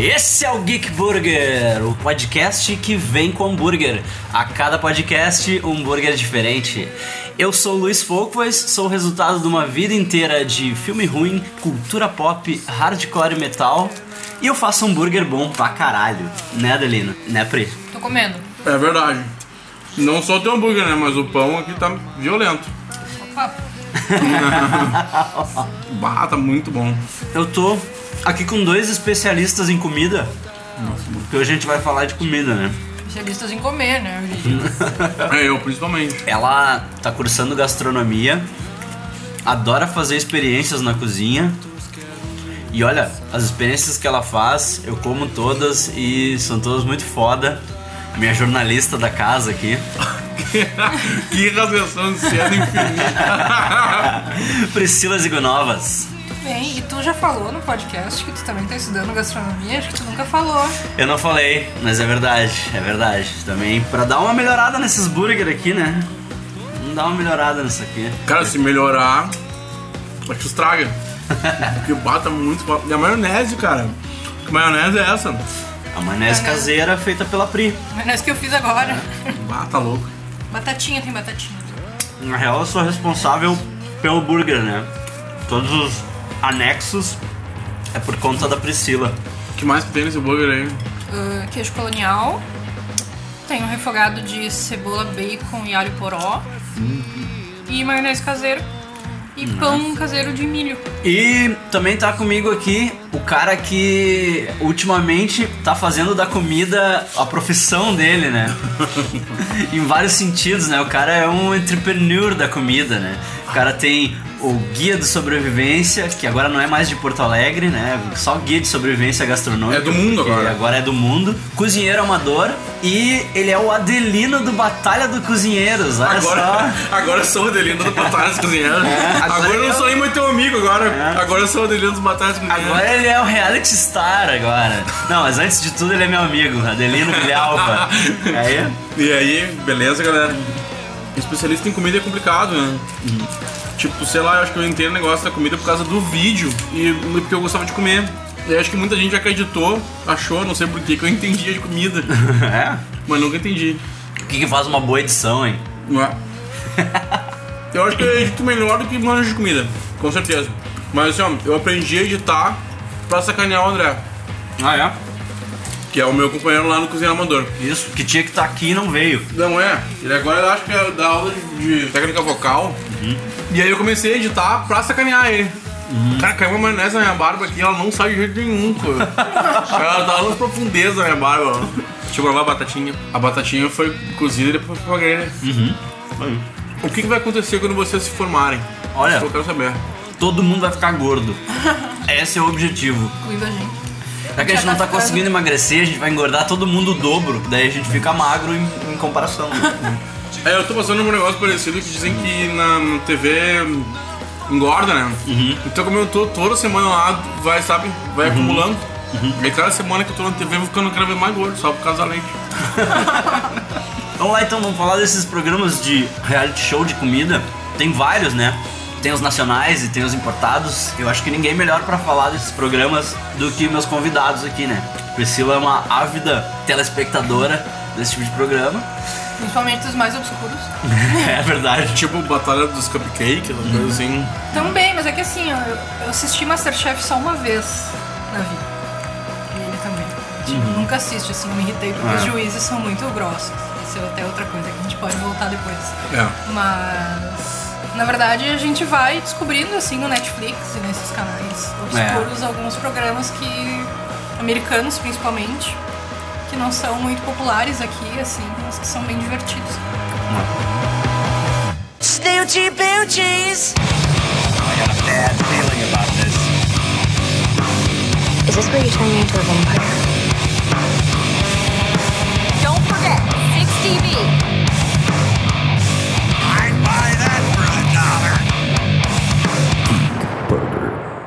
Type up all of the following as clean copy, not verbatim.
Esse é o Geek Burger, o podcast que vem com hambúrguer. A cada podcast, um hambúrguer diferente. Eu sou o Luiz Folkways, sou o resultado de uma vida inteira de filme ruim, cultura pop, hardcore e metal. E eu faço hambúrguer bom pra caralho. Né, Adelino? Né, Pri? Tô comendo. É verdade. Não só o teu hambúrguer, né? Mas o pão aqui tá violento. Opa. Bah, tá muito bom. Eu tô aqui com dois especialistas em comida. Porque hoje a gente vai falar de comida, né? Especialistas em comer, né? Eu, principalmente. Ela tá cursando gastronomia, adora fazer experiências na cozinha. E olha, as experiências que ela faz, eu como todas e são todas muito foda. Minha jornalista da casa aqui. Que rasgação de cena infinita. Priscila Zigonovas. Tudo bem, e tu já falou no podcast que tu também tá estudando gastronomia? Acho que tu nunca falou. Eu não falei, mas é verdade. Também pra dar uma melhorada nesses burger aqui, né? Vamos dar uma melhorada nisso aqui. Cara, se melhorar, acho que estraga. Porque o bata muito forte. E a maionese, cara. Que maionese é essa? A maionese caseira feita pela Pri. Mas não é isso que eu fiz agora. Tá louco. Batatinha, tem batatinha. Na real, eu sou responsável pelo burger, né? Todos os anexos é por conta da Priscila. O que mais que tem nesse burger aí? Queijo colonial. Tem um refogado de cebola, bacon e alho poró. E maionese caseira. E pão caseiro de milho. E também tá comigo aqui o cara que ultimamente tá fazendo da comida a profissão dele, né? Em vários sentidos, né? O cara é um entrepreneur da comida, né? O cara tem o Guia de Sobrevivência, que agora não é mais de Porto Alegre, né? Só Guia de Sobrevivência Gastronômica. É do mundo agora. Agora é do mundo. Cozinheiro amador. E ele é o Adelino do Batalha dos Cozinheiros, olha só. Agora eu sou o Adelino do Batalha dos Cozinheiros. Agora eu não sou nem muito teu amigo agora. Agora eu sou o Adelino dos Batalha dos Cozinheiros. Agora ele é o reality star agora. Não, mas antes de tudo ele é meu amigo, Adelino Vilhalva. E aí, beleza, galera? Especialista em comida é complicado, né? Tipo, sei lá, eu acho que eu entrei no negócio da comida por causa do vídeo e porque eu gostava de comer. E acho que muita gente acreditou, achou, não sei porquê, que eu entendia de comida. É? Mas nunca entendi. O que faz uma boa edição, hein? Não é? Eu acho que eu edito melhor do que manjo de comida, com certeza. Mas assim, ó, eu aprendi a editar pra sacanear o André. Ah, é? Que é o meu companheiro lá no Cozinha Amador. Isso, que tinha que estar aqui e não veio. Não é? Ele agora eu acho que é da aula de técnica vocal. E aí eu comecei a editar pra sacanear ele. Cara, caiu uma maionese na minha barba aqui, ela não sai de jeito nenhum, pô. Ela tava nas profundezas na minha barba. Deixa eu provar a batatinha. A batatinha foi cozida e depois foi pra grelha. O que vai acontecer quando vocês se formarem? Olha, Eu quero saber. todo mundo vai ficar gordo. Esse é o objetivo. Incluindo a gente. Já que a gente não tá conseguindo emagrecer, a gente vai engordar todo mundo o dobro. Daí a gente fica magro em comparação. Eu tô passando por um negócio parecido que dizem que na TV engorda, né? Então como eu tô toda semana lá, vai acumulando. E cada semana que eu tô na TV eu vou ficando cada vez mais gordo, só por causa da leite. Vamos lá então, vamos falar desses programas de reality show de comida. Tem vários, né? Tem os nacionais e tem os importados. Eu acho que ninguém melhor pra falar desses programas do que meus convidados aqui, né? Priscila é uma ávida telespectadora desse tipo de programa. Principalmente os mais obscuros. É verdade. Tipo Batalha dos Cupcakes, uma coisa assim. Também, mas é que assim, eu assisti Masterchef só uma vez na vida. E ele também. Tipo, nunca assiste, assim, eu me irritei porque os juízes são muito grossos. Isso é até outra coisa que a gente pode voltar depois. Mas, na verdade, a gente vai descobrindo, assim, no Netflix e nesses canais obscuros alguns programas que, americanos principalmente, que não são muito populares aqui, assim, mas que são bem divertidos. Snoochie boochies. I got a bad feeling about this. Is this where you turn me into a vampire? Don't forget, 6TV. I'd buy that for $1.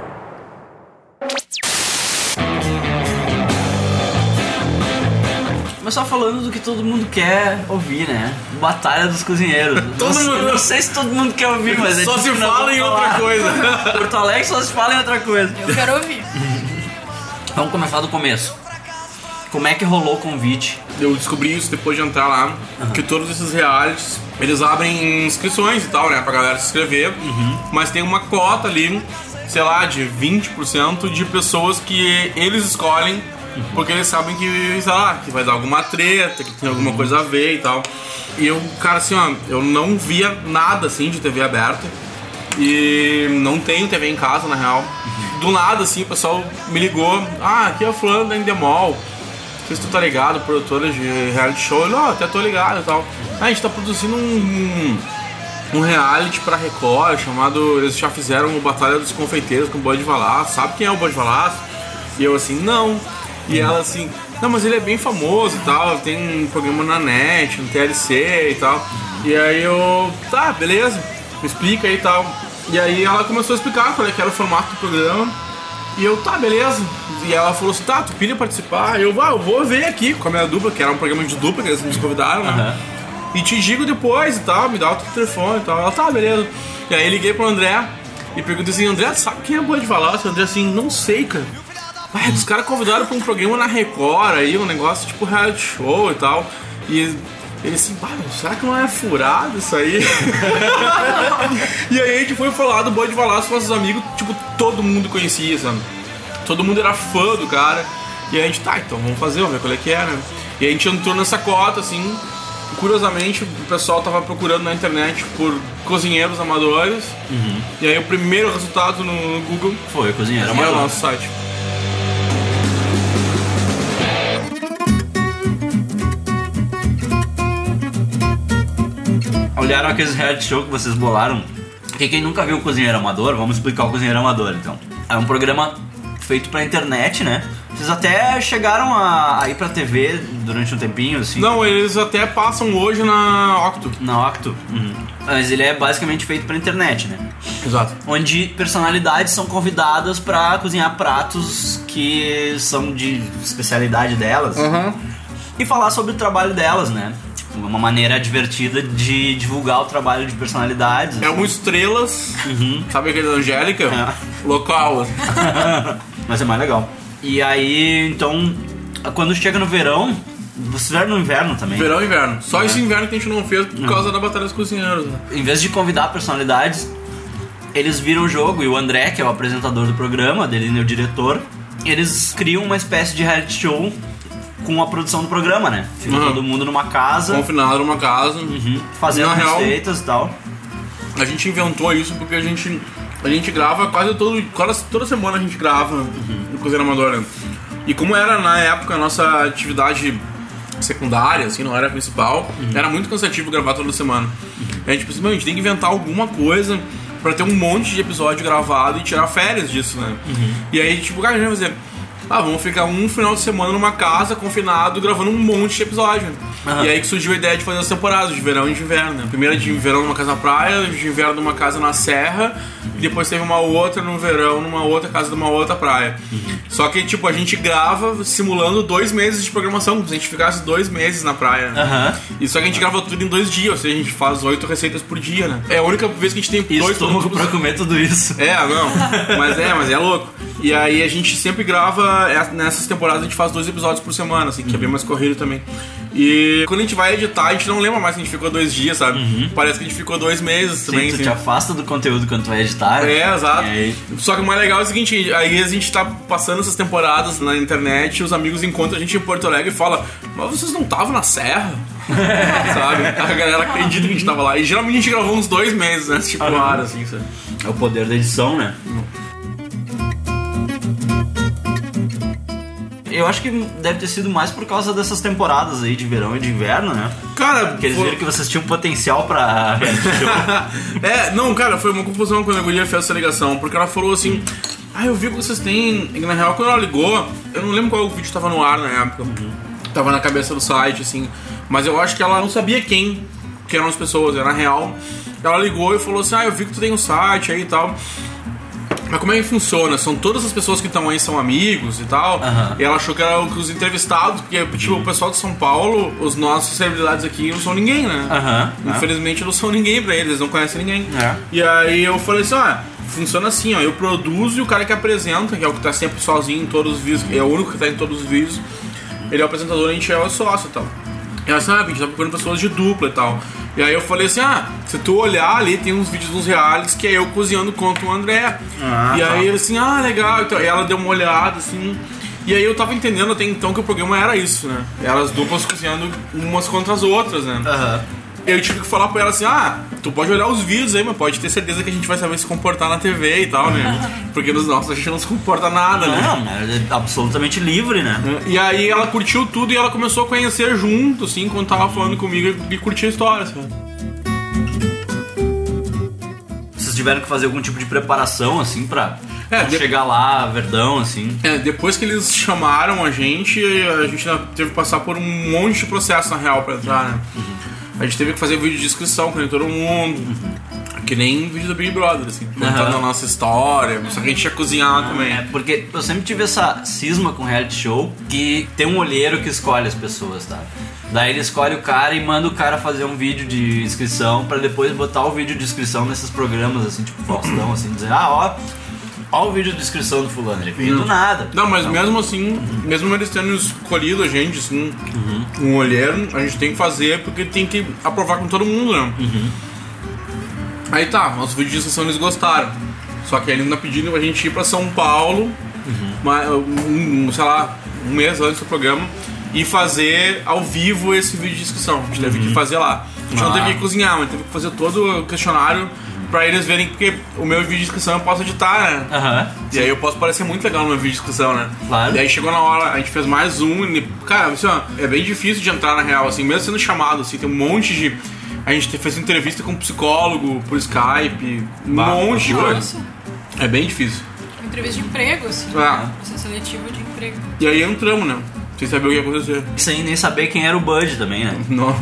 Mas só falando do que todo mundo quer ouvir, né? Batalha dos Cozinheiros. Não sei se todo mundo quer ouvir, mas Só se fala em outra coisa. Porto Alegre só se fala em outra coisa. Eu quero ouvir. Vamos começar do começo. como é que rolou o convite? Eu descobri isso depois de entrar lá, que todos esses realities, eles abrem inscrições e tal, né, pra galera se inscrever, mas tem uma cota ali, sei lá, de 20% de pessoas que eles escolhem, porque eles sabem que, sei lá, que vai dar alguma treta, que tem alguma coisa a ver e tal. E eu, cara, assim, ó, eu não via nada, assim, de TV aberta, e não tenho TV em casa, na real. Do nada, assim, o pessoal me ligou, aqui é o fulano da Endemol, não sei se tu tá ligado, produtora de reality show. Ele, até tô ligado e tal. A gente tá produzindo um reality pra Record, chamado, eles já fizeram o Batalha dos Confeiteiros com o Bode Valaço. Sabe quem é o Bode Valaço? E eu assim, não. E ela assim, não, mas ele é bem famoso e tal, tem um programa na NET, no TLC e tal. E aí eu, tá, beleza, me explica aí e tal. E aí ela começou a explicar qual é que era o formato do programa. E eu, tá, beleza. E ela falou assim, tá, tu pilha participar? Eu vou ver aqui com a minha dupla, que era um programa de dupla que eles nos convidaram, né? E te digo depois e tal, me dá o teu telefone e tal. Ela, tá, beleza. E aí liguei pro André e perguntei assim, André, tu sabe quem é Bode Valaço? O André assim, não sei, cara. Os caras convidaram pra um programa na Record aí, um negócio tipo reality show e tal. E ele assim, será que não é furado isso aí? E aí a gente foi falar do Bode Valaço com nossos amigos, tipo, todo mundo conhecia, sabe? Todo mundo era fã do cara. E aí a gente, tá, então vamos fazer, vamos ver qual é que é, né? E a gente entrou nessa cota, assim. Curiosamente, o pessoal tava procurando na internet por cozinheiros amadores. E aí o primeiro resultado no Google foi cozinheiro é amador. o nosso site. Olharam aqueles reality show que vocês bolaram. Porque quem nunca viu o Cozinheiro Amador, vamos explicar o Cozinheiro Amador, então. É um programa feito pra internet, né? Vocês até chegaram a ir pra TV durante um tempinho, assim? Não, eles até passam hoje na Octo. Na Octo? Mas ele é basicamente feito pra internet, né? Exato. Onde personalidades são convidadas pra cozinhar pratos que são de especialidade delas. E falar sobre o trabalho delas, né? Uma maneira divertida de divulgar o trabalho de personalidades. É um Estrelas, sabe aquele da Angélica? Local. Mas é mais legal. E aí, então, quando chega no verão, vocês fizeram no inverno também? Verão e inverno. Só esse inverno que a gente não fez por causa da Batalha dos Cozinheiros. Né? Em vez de convidar personalidades, eles viram o jogo e o André, que é o apresentador do programa, dele é o diretor, eles criam uma espécie de reality show com a produção do programa, né? Fica todo mundo numa casa. Confinado numa casa. Fazendo Na real, receitas e tal. A gente inventou isso porque a gente grava quase toda semana a gente grava no Cozinheiro Amador, né? E como era na época a nossa atividade secundária, assim, não era a principal, era muito cansativo gravar toda semana. A gente pensou, a gente tem que inventar alguma coisa pra ter um monte de episódio gravado e tirar férias disso, né? E aí, tipo, cara, a gente vai fazer... vamos ficar um final de semana numa casa, confinado, gravando um monte de episódio. E aí que surgiu a ideia de fazer as temporadas de verão e de inverno, né? Primeira de verão numa casa na praia, de inverno numa casa na serra, e depois teve uma outra no verão numa outra casa de uma outra praia. Só que, tipo, a gente grava simulando 2 meses de programação, como se a gente ficasse 2 meses na praia, né? E só que a gente grava tudo em 2 dias, ou seja, a gente faz 8 receitas por dia, né? É a única vez que a gente tem 2 estômago pra comer tudo isso. Mas é louco. E aí a gente sempre grava, nessas temporadas a gente faz 2 episódios por semana, assim, que é bem mais corrido também. E quando a gente vai editar, a gente não lembra mais que a gente ficou 2 dias, sabe? Parece que a gente ficou 2 meses também. Sim, tu te afasta do conteúdo quando tu vai editar. Exato. Só que o mais legal é o seguinte, aí a gente tá passando essas temporadas na internet, os amigos encontram a gente em Porto Alegre e falam, mas vocês não estavam na serra? Sabe? A galera acredita que a gente tava lá. E geralmente a gente gravou uns 2 meses, né? Tipo, assim, sabe? É o poder da edição, né? Eu acho que deve ter sido mais por causa dessas temporadas aí de verão e de inverno, né? Cara, porque eles viram que vocês tinham potencial pra reality show. Não, cara, foi uma confusão quando a guria fez essa ligação, porque ela falou assim, eu vi que vocês têm... E na real, quando ela ligou, eu não lembro qual vídeo tava no ar na época. Tava na cabeça do site, assim, mas eu acho que ela não sabia que eram as pessoas, era real. Ela ligou e falou assim, eu vi que tu tem um site aí e tal... Mas como é que funciona? São todas as pessoas que estão aí são amigos e tal. E ela achou que eram os entrevistados, porque tipo, o pessoal de São Paulo, os nossos celebridades aqui não são ninguém, né? Infelizmente não são ninguém pra eles não conhecem ninguém. E aí eu falei assim, funciona assim, eu produzo e o cara que apresenta, que é o que tá sempre sozinho em todos os vídeos, é o único que tá em todos os vídeos, Ele é o apresentador, a gente é o sócio e tal. E ela assim, a gente tá procurando pessoas de dupla e tal. E aí eu falei assim, se tu olhar ali, tem uns vídeos nos realities que é eu cozinhando contra o André. E aí ele assim, legal. Então, e ela deu uma olhada, assim... E aí eu tava entendendo até então que o programa era isso, né? Eram as duplas cozinhando umas contra as outras, né? Eu tive que falar pra ela assim, tu pode olhar os vídeos aí, mas pode ter certeza que a gente vai saber se comportar na TV e tal, né? Porque nos nossos a gente não se comporta nada, né? Não, é absolutamente livre, né? E aí ela curtiu tudo e ela começou a conhecer junto, assim, quando tava falando comigo e curtir a história, assim. Vocês tiveram que fazer algum tipo de preparação, assim, pra chegar lá, Verdão, assim? Depois que eles chamaram a gente ainda teve que passar por um monte de processo, na real, pra entrar, né? A gente teve que fazer vídeo de inscrição, que nem todo mundo. Que nem vídeo do Big Brother, assim, contando a nossa história. Só que a gente ia cozinhar também. Porque eu sempre tive essa cisma com reality show, que tem um olheiro que escolhe as pessoas, tá? Daí ele escolhe o cara e manda o cara fazer um vídeo de inscrição pra depois botar o vídeo de inscrição nesses programas, assim, tipo Faustão, assim, dizer, ó o vídeo de inscrição do fulano, ele veio do nada. Não, mas mesmo assim, mesmo eles tendo escolhido a gente, assim, um olheiro, a gente tem que fazer porque tem que aprovar com todo mundo, né? Aí tá, nosso vídeo de inscrição eles gostaram. Só que eles ainda pediram a gente ir pra São Paulo, sei lá, um mês antes do programa, e fazer ao vivo esse vídeo de inscrição. A gente teve que fazer lá. A gente não teve que cozinhar, mas teve que fazer todo o questionário pra eles verem, porque o meu vídeo de inscrição eu posso editar, né? E aí eu posso parecer muito legal no meu vídeo de inscrição, né? Claro. E aí chegou na hora, a gente fez mais um, e, cara, assim, é bem difícil de entrar na real, assim, mesmo sendo chamado, assim, tem um monte de... A gente fez entrevista com um psicólogo por Skype, um monte de coisa. É bem difícil. Entrevista de emprego, assim. Processo seletivo de emprego. E aí entramos, né? Sem saber o que ia acontecer. Sem nem saber quem era o Bud também, né? Não.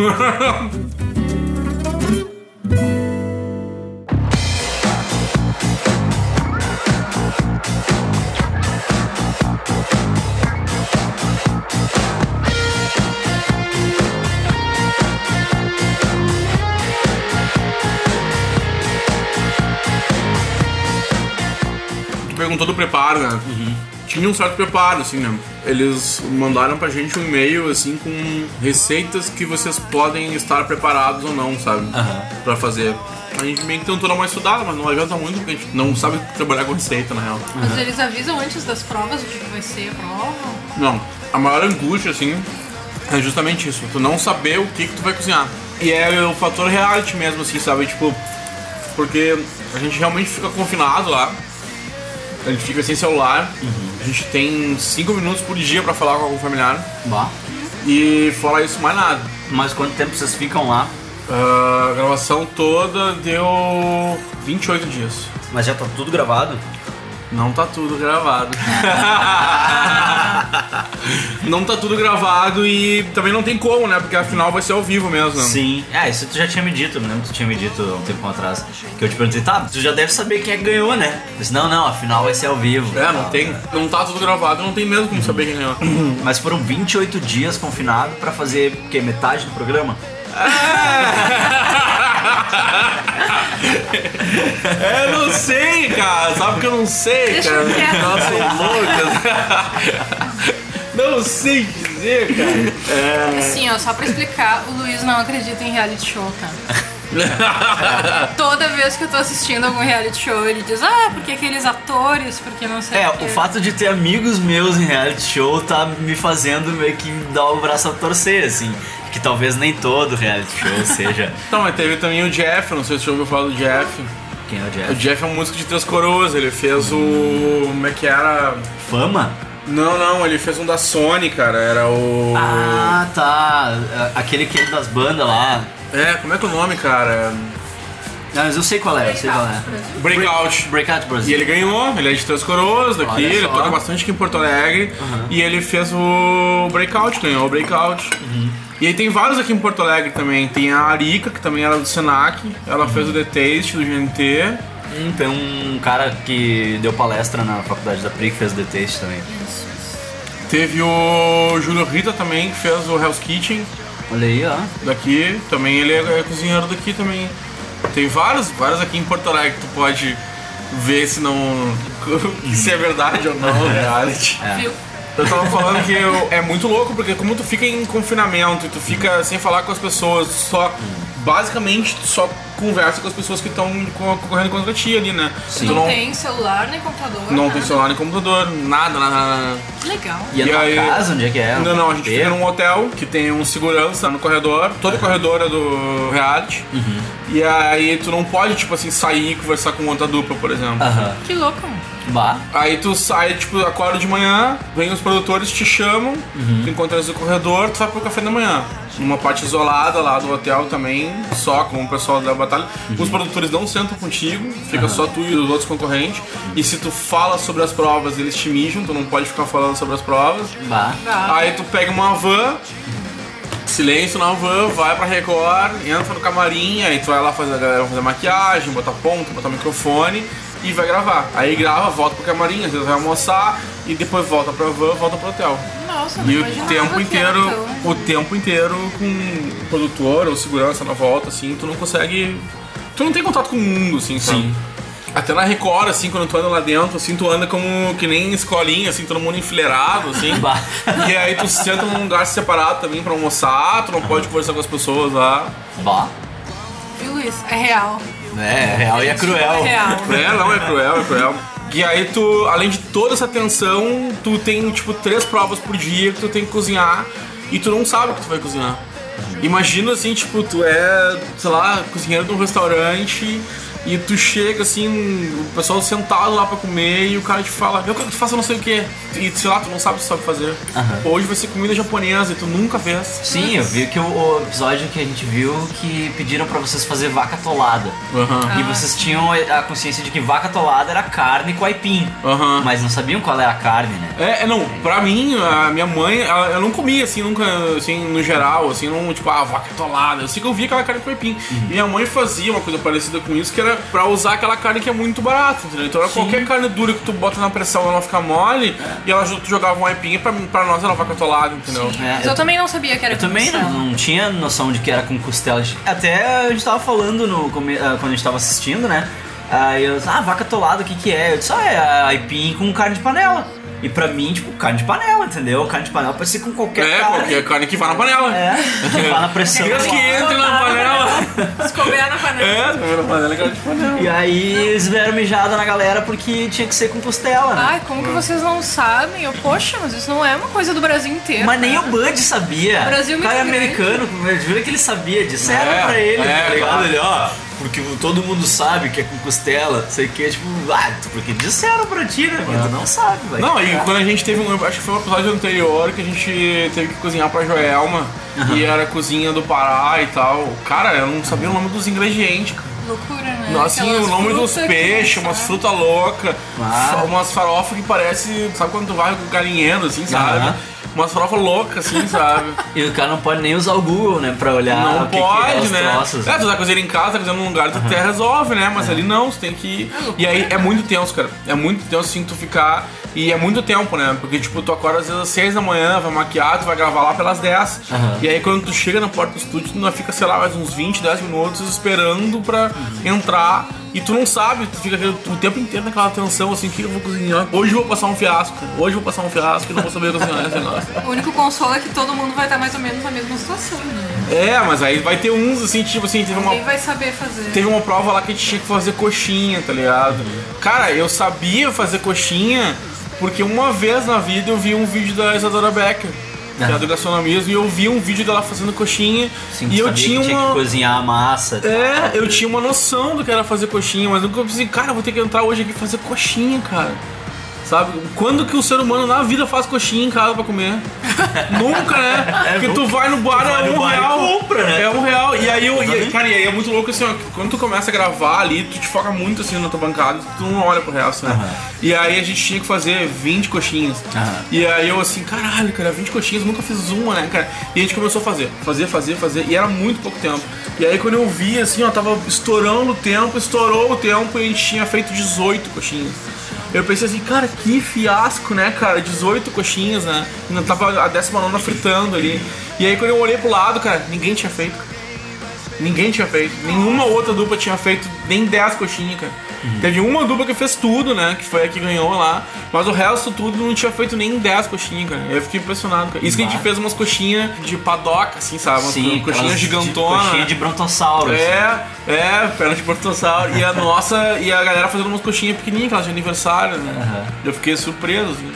Perguntou do preparo, né? Tinha um certo preparo, assim, né? Eles mandaram pra gente um e-mail, assim, com receitas que vocês podem estar preparados ou não, sabe? Pra fazer. A gente meio que tentou dar uma estudada, mas não adianta muito, porque a gente não sabe trabalhar com receita, na real. Mas eles avisam antes das provas o que vai ser a prova? Não. A maior angústia, assim, é justamente isso. Tu não saber o que tu vai cozinhar. E é o fator reality mesmo, assim, sabe? Tipo, porque a gente realmente fica confinado lá. A gente fica sem celular, a gente tem 5 minutos por dia pra falar com algum familiar. E fora isso, mais nada. Mas quanto tempo vocês ficam lá? A gravação toda deu 28 dias. Mas já tá tudo gravado? Não tá tudo gravado. Não tá tudo gravado e também não tem como, né? Porque afinal vai ser ao vivo mesmo, né? Sim. Isso tu já tinha me dito, eu me lembro que tu tinha me dito há um tempo atrás. Que eu te perguntei, tu já deve saber quem é que ganhou, né? Eu disse, não, afinal vai ser ao vivo. Não tem. Não tá tudo gravado, não tem mesmo como saber quem ganhou. Mas foram 28 dias confinado pra fazer, o quê? Metade do programa? Eu não sei, cara. Sabe que eu não sei, Deixa cara. quieto. Nossa, loucas. Não sei dizer, cara. Assim, só pra explicar, o Luiz não acredita em reality show, cara. Toda vez que eu tô assistindo algum reality show, ele diz, porque aqueles atores, porque não sei o quê. O fato de ter amigos meus em reality show tá me fazendo meio que dar o braço a torcer, assim. Que talvez nem todo reality show seja. Então, mas teve também o Jeff, não sei se você ouviu falar do Jeff. Quem é o Jeff? O Jeff é um músico de Três Coroas, ele fez o... como é que era? Fama? Não, ele fez um da Sony, cara, era o... Ah, tá. Aquele que é das bandas lá. Como é que é o nome, cara? Não, mas eu sei qual é, Breakout. Breakout Brasil. E ele ganhou, ele é de Três Coroas daqui, Olha ele só. toca bastante aqui em Porto Alegre. E ele fez o Breakout, ganhou o Breakout. E aí tem vários aqui em Porto Alegre também. Tem a Arica, que também era do Senac, ela fez o The Taste do GNT. Tem um cara que deu palestra na faculdade da PRI que fez o The Taste também. Teve o Júlio Rita também, que fez o Hell's Kitchen. Olha aí, ó. Daqui, também ele é cozinheiro daqui também. Tem vários aqui em Porto Alegre que tu pode ver se não... se é verdade ou não, reality. Viu? Eu tava falando que é muito louco, porque como tu fica em confinamento e tu fica sem falar com as pessoas, basicamente tu só conversa com as pessoas que estão concorrendo contra ti ali, né? Tu não tem celular nem computador? Não nada. tem celular nem computador, nada. Que legal. E a tua casa, onde é que é? Não, a gente fica num hotel que tem um segurança no corredor. Todo corredor é do reality. E aí tu não pode, tipo assim, sair e conversar com outra dupla, por exemplo. Que louco. Bah. Aí tu sai, tipo, acorda de manhã, vem os produtores, te chamam, tu encontra eles no corredor, tu vai pro café da manhã. Numa parte isolada lá do hotel também, só com o pessoal da batalha. Os produtores não sentam contigo, fica só tu e os outros concorrentes. E se tu fala sobre as provas, eles te mijam, tu não pode ficar falando sobre as provas. Bah. Aí tu pega uma van, silêncio na van, vai pra Record, entra no camarim, aí tu vai lá fazer a galera fazer maquiagem, botar ponta, botar microfone e vai gravar. Aí grava, volta pro camarim, às vezes vai almoçar e depois volta pra van, volta pro hotel. Nossa, E não o imaginava tempo que era inteiro, tão- o tempo inteiro com o produtor ou segurança na volta, assim, tu não consegue. Tu não tem contato com o mundo, assim, sabe? Sim. Até na Record, assim, quando tu anda lá dentro, assim, tu anda como que nem escolinha, assim, todo mundo enfileirado, assim. Bah. E aí tu senta num lugar separado também pra almoçar, tu não pode conversar com as pessoas lá. Bah. Viu, Luiz? É real. É real e é cruel. É real. Não, é cruel. E aí tu, além de toda essa tensão, tu tem, tipo, 3 provas por dia que tu tem que cozinhar e tu não sabe o que tu vai cozinhar. Imagina, assim, tipo, tu é, sei lá, cozinheiro de um restaurante e tu chega, assim, o pessoal sentado lá pra comer e o cara te fala, eu quero que tu faça não sei o que. E, sei lá, tu não sabe o que tu sabe fazer. Hoje vai ser comida japonesa e tu nunca fez. Sim, eu vi que o episódio que a gente viu que pediram pra vocês fazer vaca atolada. E vocês tinham a consciência de que vaca atolada era carne com aipim. Mas não sabiam qual era a carne, né? Não, pra mim, a minha mãe, eu não comia assim, nunca, assim, no geral, assim, não, tipo, vaca atolada. Eu sei que eu via aquela carne com aipim. E minha mãe fazia uma coisa parecida com isso, que era pra usar aquela carne que é muito barata, entendeu? Então era qualquer carne dura que tu bota na pressão, ela não fica mole, e ela jogava um aipim, e pra nós era vaca atolada, entendeu? Mas eu também não sabia que era Eu também não tinha noção de que era com costela. Até a gente tava falando quando a gente tava assistindo, né? Aí eu disse, vaca atolada, o que é? Eu disse, é aipim com carne de panela. E pra mim, tipo, carne de panela, entendeu? Carne de panela pode ser com qualquer carne. Qualquer carne que vá na panela. Que vá na pressão. Desde que entre na panela. Se couber na panela. Se couber na panela é carne de panela. E aí eles deram mijada na galera porque tinha que ser com costela, né? Ai, como que vocês não sabem? Poxa, mas isso não é uma coisa do Brasil inteiro. Mas nem o Bud sabia. O Brasil é o cara é muito americano, viu que ele sabia disso. Era pra ele, tá ligado? claro. Ele, porque todo mundo sabe que é com costela, sei que, tipo, porque disseram pra ti, né? Porque tu não sabe, vai. Não, e quando a gente teve acho que foi um episódio anterior que a gente teve que cozinhar pra Joelma, e era a cozinha do Pará e tal. Cara, eu não sabia o nome dos ingredientes, cara. Loucura, né? Assim, Aquelas o nome dos frutas que peixes, não umas sabe. frutas loucas, umas farofas que parece, sabe quando tu vai com galinheiro, assim, sabe? Umas farofas loucas, assim, sabe? E o cara não pode nem usar o Google, né? Pra olhar Não o que pode, é os né? troços. Tu tá cozinhando em casa, tá cozinhando num lugar, tu até resolve, né? Mas ali não, você tem que ir. E aí é muito tenso, cara. É muito tenso, assim, tu ficar... E é muito tempo, né? Porque, tipo, tu acorda às vezes às 6 da manhã, vai maquiar, tu vai gravar lá pelas 10. E aí quando tu chega na porta do estúdio, tu ainda fica, sei lá, mais uns 20, 10 minutos esperando pra entrar. E tu não sabe, tu fica o tempo inteiro naquela tensão, assim, o que eu vou cozinhar? Hoje eu vou passar um fiasco, cara. Hoje eu vou passar um fiasco e não vou saber cozinhar esse negócio. O único consolo é que todo mundo vai estar mais ou menos na mesma situação, né? Mas aí vai ter uns, assim, tipo assim, Ninguém vai saber fazer. teve uma prova lá que a gente tinha que fazer coxinha, tá ligado? Cara, eu sabia fazer coxinha porque uma vez na vida eu vi um vídeo da Isadora Becker, que é do gastronomismo, e eu vi um vídeo dela fazendo coxinha. Sim, e eu sabia tinha que tinha que cozinhar a massa. eu tinha uma noção do que era fazer coxinha, mas nunca pensei, cara, eu vou ter que entrar hoje aqui e fazer coxinha, cara. Sabe? Quando que o ser humano na vida faz coxinha em casa pra comer? Nunca, né? Porque tu vai no bar, é R$1. Compra, né? É R$1. E aí, cara, e aí é muito louco assim, ó, quando tu começa a gravar ali, tu te foca muito assim na tua bancada, tu não olha pro resto, né? E aí a gente tinha que fazer 20 coxinhas. E aí eu assim, caralho, cara, 20 coxinhas, nunca fiz uma, né, cara? E a gente começou a fazer, e era muito pouco tempo. E aí quando eu vi, assim, ó, tava estourou o tempo e a gente tinha feito 18 coxinhas. Eu pensei assim, cara, que fiasco, né, cara? 18 coxinhas, né? Ainda tava a 19ª fritando ali. E aí quando eu olhei pro lado, cara, ninguém tinha feito. Ninguém tinha feito. Nenhuma outra dupla tinha feito nem 10 coxinhas, cara. Teve uma dupla que fez tudo, né? Que foi a que ganhou lá. Mas o resto tudo não tinha feito nem 10 coxinhas, cara. Eu fiquei impressionado, cara. Isso que a gente fez umas coxinhas de padoca, assim, sabe? Umas coxinhas gigantonas. Coxinha de brontossauro. Perna de brontossauro. E a nossa, e a galera fazendo umas coxinhas pequenininhas, aquelas de aniversário, né? Eu fiquei surpreso, assim.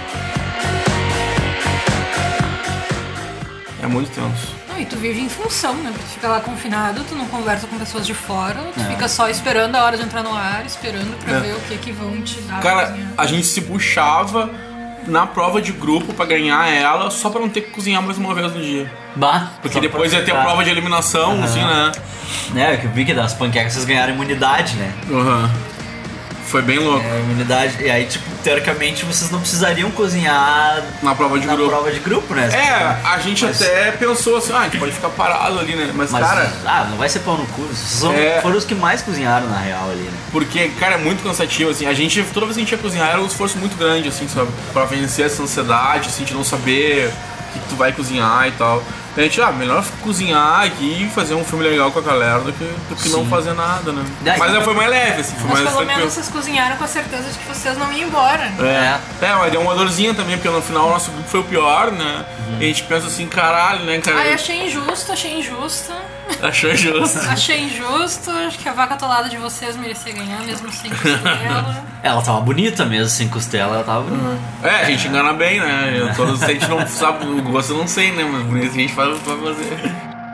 É muito tenso. E tu vive em função, né? Tu fica lá confinado, tu não conversa com pessoas de fora, tu fica só esperando a hora de entrar no ar, esperando pra ver o que vão te dar. Cara, a gente se puxava na prova de grupo pra ganhar ela, só pra não ter que cozinhar mais uma vez no dia. Porque depois ia ter a prova de eliminação, assim, né? É, que eu vi que das panquecas vocês ganharam imunidade, né? Foi bem louco. Imunidade. E aí, tipo, teoricamente vocês não precisariam cozinhar na prova de grupo, né? A gente até pensou assim, a gente pode ficar parado ali, né? Mas cara... não vai ser pau no cu. Vocês foram os que mais cozinharam, na real, ali, né? Porque, cara, é muito cansativo, assim. A gente, toda vez que a gente ia cozinhar, era um esforço muito grande, assim, sabe? Pra vencer essa ansiedade, assim, de não saber o que tu vai cozinhar e tal. A gente, melhor cozinhar aqui e fazer um filme legal com a galera do que não fazer nada, né? Mas foi mais leve, assim, foi mas mais pelo menos vocês cozinharam com a certeza de que vocês não iam embora, né? Mas deu uma dorzinha também, porque no final o nosso grupo foi o pior, né? E a gente pensa assim, caralho, né, cara? Achei injusto. Achou injusto. Achei injusto, acho que a vaca atolada de vocês merecia ganhar, mesmo sem costela. Ela tava bonita mesmo, sem costela, ela tava bonita. A gente engana bem, né? Todos a gente não sabe, o gosto eu não sei, né? Mas bonito a gente faz pra fazer.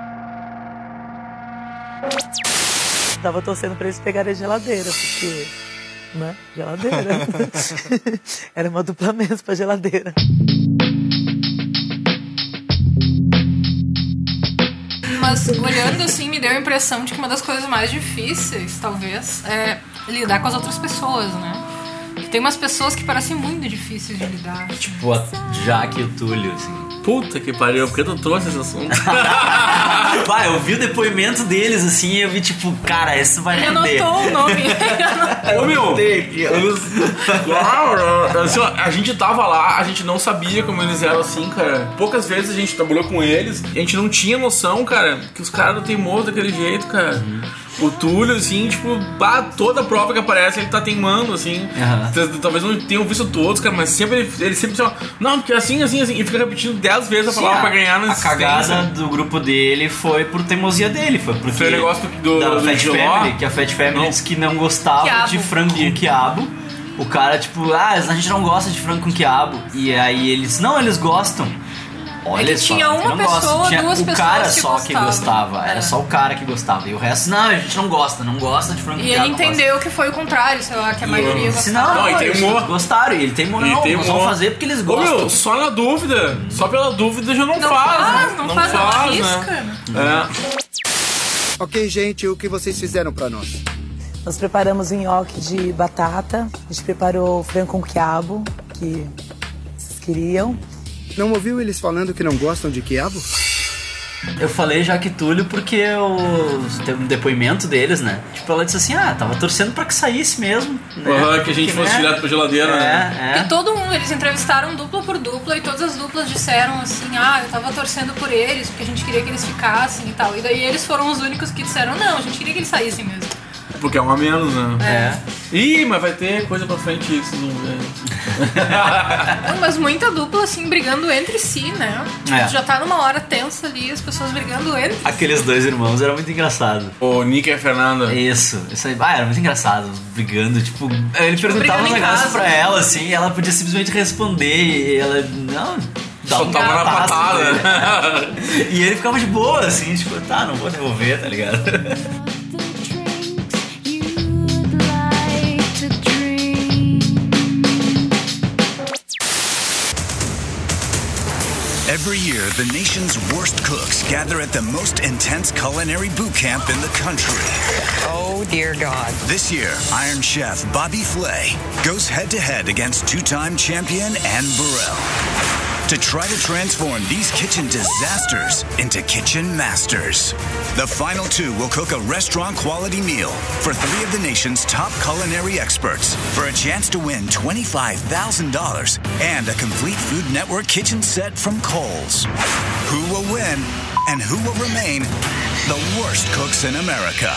Tava torcendo pra eles pegarem a geladeira, porque... né? Geladeira. Era uma dupla mesmo pra geladeira. Mas olhando assim, me deu a impressão de que uma das coisas mais difíceis, talvez, é lidar com as outras pessoas, né? Tem umas pessoas que parecem muito difíceis de lidar. Tipo a Jaque e o Túlio, assim. Puta que pariu, por que tu trouxe esse assunto? Eu vi o depoimento deles, assim, e eu vi, tipo, cara, isso vai render. Ele anotou o nome. Ô, meu, a gente tava lá, a gente não sabia como eles eram assim, cara. Poucas vezes a gente trabalhou com eles, e a gente não tinha noção, cara, que os caras eram teimosos daquele jeito, cara. O Túlio, assim, tipo, toda prova que aparece ele tá teimando, assim. Talvez não tenham visto todos, cara, mas sempre ele sempre assim, não, porque assim, e fica repetindo 10 vezes a palavra pra ganhar na insistência. A cagada do grupo dele foi por teimosia dele, foi porque foi o negócio da Fat Family, que a Fat Family disse que não gostava de frango com quiabo. O cara, tipo, a gente não gosta de frango com quiabo. E aí eles, não, eles gostam. Olha só, tinha uma pessoa, duas pessoas o cara só que gostava. Era só o cara que gostava. E o resto, não, a gente não gosta de frango com quiabo. E ele entendeu que foi o contrário, sei lá, que a maioria gostava. Não, ele teimou. Gostaram, e ele teimou. Nós vamos fazer porque eles gostam. Meu, só na dúvida. Só pela dúvida já não faz. Não faz, né? Ok, gente, o que vocês fizeram pra nós? Nós preparamos um nhoque de batata. A gente preparou frango com quiabo, que vocês queriam. Não ouviu eles falando que não gostam de quiabo? Eu falei Jaque e Túlio porque teve um depoimento deles, né? Tipo, ela disse assim, tava torcendo pra que saísse mesmo, né? Que a gente fosse direto pra geladeira, né? E todo mundo, eles entrevistaram dupla por dupla e todas as duplas disseram assim, eu tava torcendo por eles, porque a gente queria que eles ficassem e tal. E daí eles foram os únicos que disseram, não, a gente queria que eles saíssem mesmo. Porque é um a menos, né? Ih, mas vai ter coisa pra frente que vocês vão ver. Mas muita dupla, assim, brigando entre si, né? Já tá numa hora tensa ali, as pessoas brigando entre si. Aqueles dois irmãos era muito engraçado. O Nick e a Fernanda. Isso aí. Era muito engraçado, brigando, tipo... Ele perguntava um negócio pra ela, assim, e ela podia simplesmente responder, e ela... Não... Só tava na patada. E ele ficava de boa, assim, tipo, não vou devolver, tá ligado? Every year, the nation's worst cooks gather at the most intense culinary boot camp in the country. Oh, dear God. This year, Iron Chef Bobby Flay goes head-to-head against two-time champion Anne Burrell to try to transform these kitchen disasters into kitchen masters. The final two will cook a restaurant-quality meal for three of the nation's top culinary experts for a chance to win $25,000 and a complete Food Network kitchen set from Kohl's. Who will win and who will remain the worst cooks in America.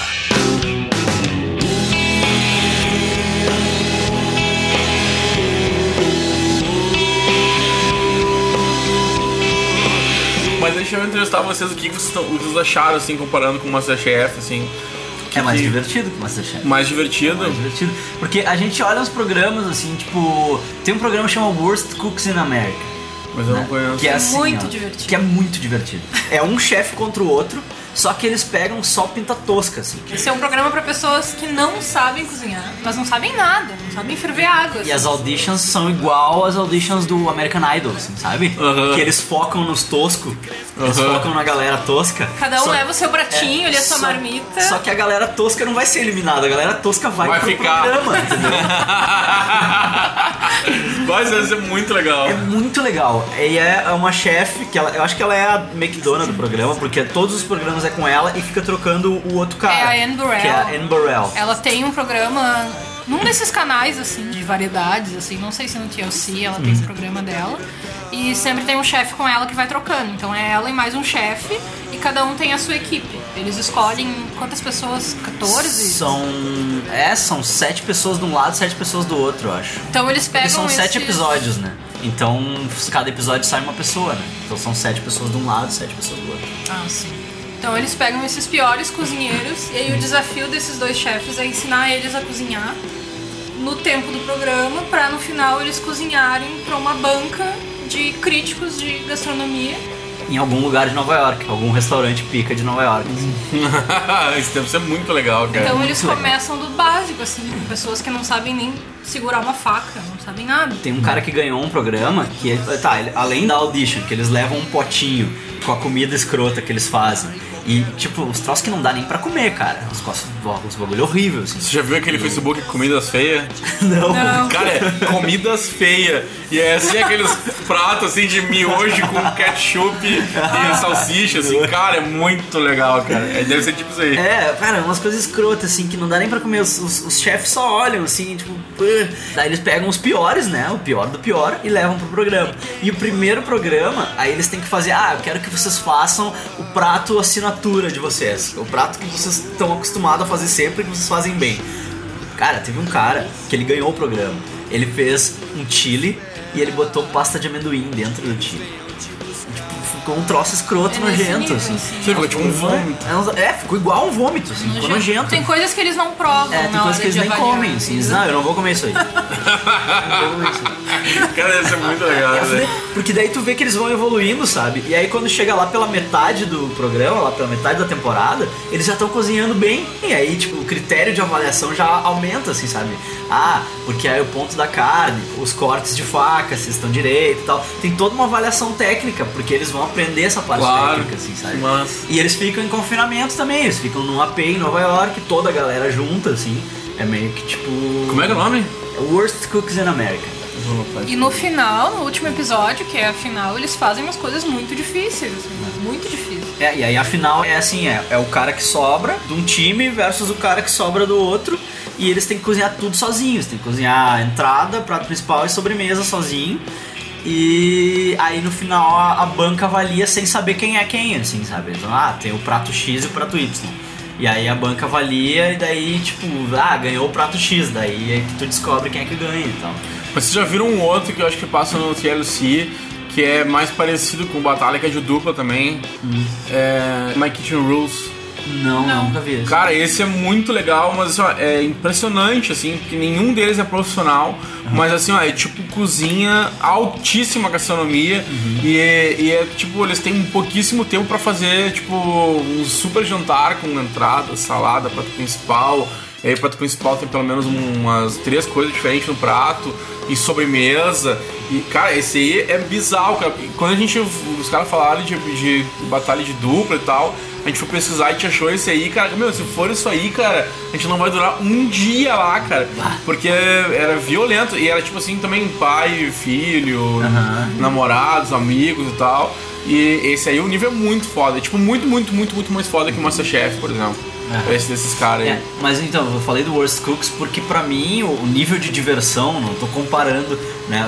Mas deixa eu entrevistar vocês, o que vocês acharam, assim, comparando com o MasterChef, assim. É mais divertido que o MasterChef. Mais divertido? Mais divertido. Porque a gente olha os programas, assim, tipo... Tem um programa chamado Worst Cooks in America. Mas eu não conheço. Que é assim, muito divertido. Que é muito divertido. É um chefe contra o outro, só que eles pegam só pinta tosca, assim. Esse é um programa pra pessoas que não sabem cozinhar, mas não sabem nada, não sabem ferver água. E as auditions são igual às auditions do American Idol, assim, sabe? Que eles focam nos toscos, eles focam na galera tosca. Cada um leva o seu pratinho, ali a sua marmita. Só que a galera tosca não vai ser eliminada, a galera tosca vai pro ficar. Programa, entendeu? Mas deve ser muito legal. É muito legal. E é uma chefe que eu acho que ela é a McDonald's do programa, porque todos os programas é com ela e fica trocando o outro cara. É a Anne Burrell. Que é a Anne Burrell. Ela tem um programa num desses canais, assim, de variedades, assim, não sei se no TLC ela tem esse programa dela. E sempre tem um chefe com ela que vai trocando. Então é ela e mais um chefe, e cada um tem a sua equipe. Eles escolhem quantas pessoas? 14? São 7 pessoas de um lado, 7 pessoas do outro, eu acho. Então eles pegam. Porque são 7 episódios, né? Então cada episódio sai uma pessoa, né? Então são 7 pessoas de um lado, 7 pessoas do outro. Ah, sim. Então eles pegam esses piores cozinheiros, e aí o desafio desses dois chefes é ensinar eles a cozinhar no tempo do programa, pra no final eles cozinharem pra uma banca de críticos de gastronomia. Em algum lugar de Nova York, algum restaurante pica de Nova York. Isso deve ser muito legal, cara. Então eles começam do básico, assim, com pessoas que não sabem nem segurar uma faca, não sabem nada. Tem um cara que ganhou um programa que, além da audition, que eles levam um potinho com a comida escrota que eles fazem. E, tipo, uns troços que não dá nem pra comer, cara. Uns bagulho horrível, assim. Você já viu aquele Facebook Comidas Feias? Não. Cara, é Comidas Feias. E é assim, aqueles pratos, assim, de miojo com ketchup e salsicha, assim. Cara, é muito legal, cara. Deve ser tipo isso aí. É, cara, umas coisas escrotas, assim, que não dá nem pra comer. Os chefes só olham, assim, tipo... Daí eles pegam os piores, né? O pior do pior e levam pro programa. E o primeiro programa, aí eles têm que fazer... eu quero que vocês façam o prato assinatura de vocês. O prato que vocês estão acostumados a fazer sempre, que vocês fazem bem. Cara, teve um cara que ele ganhou o programa. Ele fez um chili e ele botou pasta de amendoim dentro do chili. Ficou um troço escroto, nojento, assim. Ficou tipo um vômito. Ficou igual um vômito, assim. Ficou nojento. Tem coisas que eles não provam, tem coisas que eles nem comem, assim. Não, eu não vou comer isso aí. Cara, deve ser muito legal, né? Porque daí tu vê que eles vão evoluindo, sabe? E aí quando chega lá pela metade do programa, lá pela metade da temporada, eles já estão cozinhando bem. E aí, tipo, o critério de avaliação já aumenta, assim, sabe? Porque aí o ponto da carne, os cortes de faca, se estão direito e tal. Tem toda uma avaliação técnica, porque eles vão aprender essa parte técnica, assim, sabe? E eles ficam em confinamento também, eles ficam num AP em Nova York, toda a galera junta, assim. É meio que tipo... Como é que é o nome? Worst Cooks in America. E no final, no último episódio, que é a final, eles fazem umas coisas muito difíceis, assim, muito difíceis. E aí a final é assim, é o cara que sobra de um time versus o cara que sobra do outro. E eles têm que cozinhar tudo sozinhos. Tem que cozinhar a entrada, prato principal e sobremesa sozinho. E aí no final a banca avalia sem saber quem é quem, assim, sabe? Então, tem o prato X e o prato Y. E aí a banca avalia e daí, tipo, ganhou o prato X. Daí é que tu descobre quem é que ganha e tal. Mas vocês já viram um outro que eu acho que passa no TLC, que é mais parecido com Batalha, que é de dupla também. É My Kitchen Rules. Não, nunca vi isso. Cara, esse é muito legal, mas assim, é impressionante, assim, que nenhum deles é profissional, mas assim, é tipo cozinha, altíssima gastronomia, e é tipo, eles têm pouquíssimo tempo pra fazer, tipo, um super jantar com entrada, salada, prato principal. E aí o prato principal tem pelo menos umas 3 coisas diferentes no prato, e sobremesa. E, cara, esse aí é bizarro, cara. Quando os caras falaram de batalha de dupla e tal, a gente foi pesquisar e a gente achou esse aí, cara. Se for isso aí, cara, a gente não vai durar um dia lá, cara. Porque era violento. E era tipo assim, também pai, filho, namorados, amigos e tal. E esse aí, o nível é muito foda. É tipo, muito, muito, muito, muito mais foda que o MasterChef, por exemplo. desses caras aí. Mas então, eu falei do Worst Cooks porque pra mim o nível de diversão, não tô comparando, né?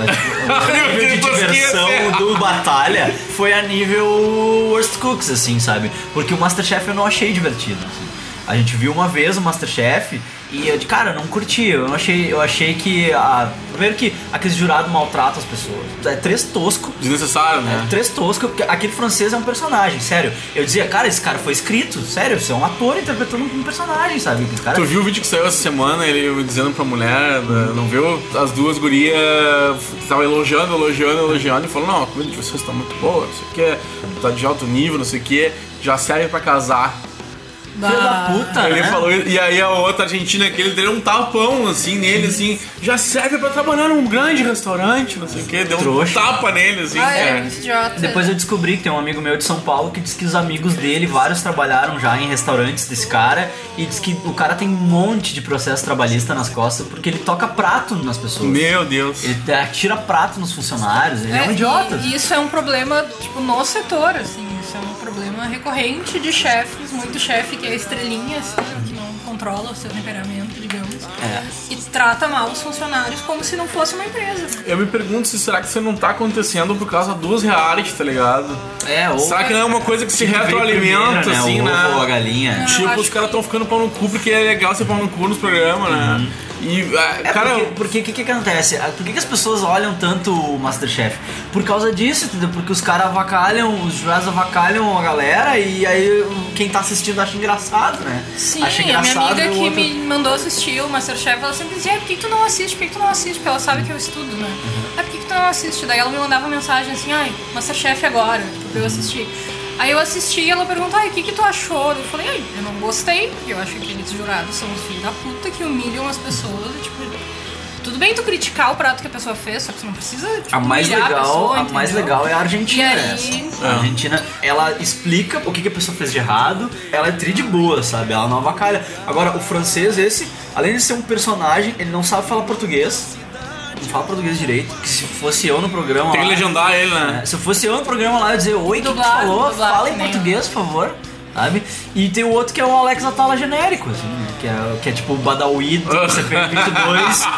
O nível de diversão do Batalha foi a nível Worst Cooks, assim, sabe? Porque o Masterchef eu não achei divertido, assim. A gente viu uma vez o Masterchef e eu, cara, não curti. Eu achei que primeiro que aquele jurado maltrata as pessoas. É 3 tosco. Desnecessário, né? É 3 tosco, porque aquele francês é um personagem, sério. Eu dizia, cara, esse cara foi escrito, sério, você é um ator interpretando um personagem, sabe? Cara... Tu viu o vídeo que saiu essa semana, ele dizendo pra mulher, não viu? As duas gurias estavam elogiando e falou, não, a comida de vocês tá muito boa, não sei o que, tá de alto nível, não sei o que, já serve pra casar. Filho da puta, ele né? falou, e aí a outra argentina que ele deu um tapão assim nele, assim, já serve pra trabalhar num grande restaurante, não sei o que, deu um tapa nele, assim. É muito idiota. Depois eu descobri que tem um amigo meu de São Paulo que diz que os amigos dele, vários trabalharam já em restaurantes desse cara, e diz que o cara tem um monte de processo trabalhista nas costas porque ele toca prato nas pessoas. Meu Deus. Ele atira prato nos funcionários, ele é um idiota. E isso é um problema, tipo, no setor, assim. Isso é um problema recorrente de chefes, muito chefe que é estrelinha, assim, que não controla o seu temperamento, digamos. E trata mal os funcionários como se não fosse uma empresa. Eu me pergunto se será que isso não tá acontecendo por causa dos reality, tá ligado? Ou será que não é uma coisa que se retroalimenta, primeiro, assim, né? né? Ou a galinha. Tipo, os caras tão ficando pau no cu porque é legal ser pau no cu nos programas, né? E, cara... Porque o que acontece? Por que as pessoas olham tanto o Masterchef? Por causa disso, entendeu? Porque os caras avacalham, os jurados avacalham a galera e aí quem tá assistindo acha engraçado, né? Sim, acha a minha engraçado amiga que me mandou assistir o Masterchef, ela sempre dizia, por que tu não assiste? Por que tu não assiste? Porque ela sabe que eu estudo, né? Por que tu não assiste? Daí ela me mandava mensagem assim, Masterchef agora, tipo, pra eu assistir. Aí eu assisti e ela perguntou, o que tu achou? Eu falei, eu não gostei, porque eu acho que aqueles jurados são os filhos da puta que humilham as pessoas e, tipo, tudo bem tu criticar o prato que a pessoa fez, só que você não precisa, tipo, a mais legal é a Argentina. E aí... A Argentina, ela explica o que a pessoa fez de errado, ela é tri de boa, sabe? Ela não avacalha. Agora, o francês, esse, além de ser um personagem, ele não sabe falar português. Não fala português direito, que se fosse eu no programa tem lá... que legendar ele, né? Se fosse eu no programa lá, eu ia dizer, oi, o que tu falou? Fala em português, por favor. Sabe? E tem o outro que é o Alex Atala genérico, assim, né? que é tipo o Badawi do CPM 22,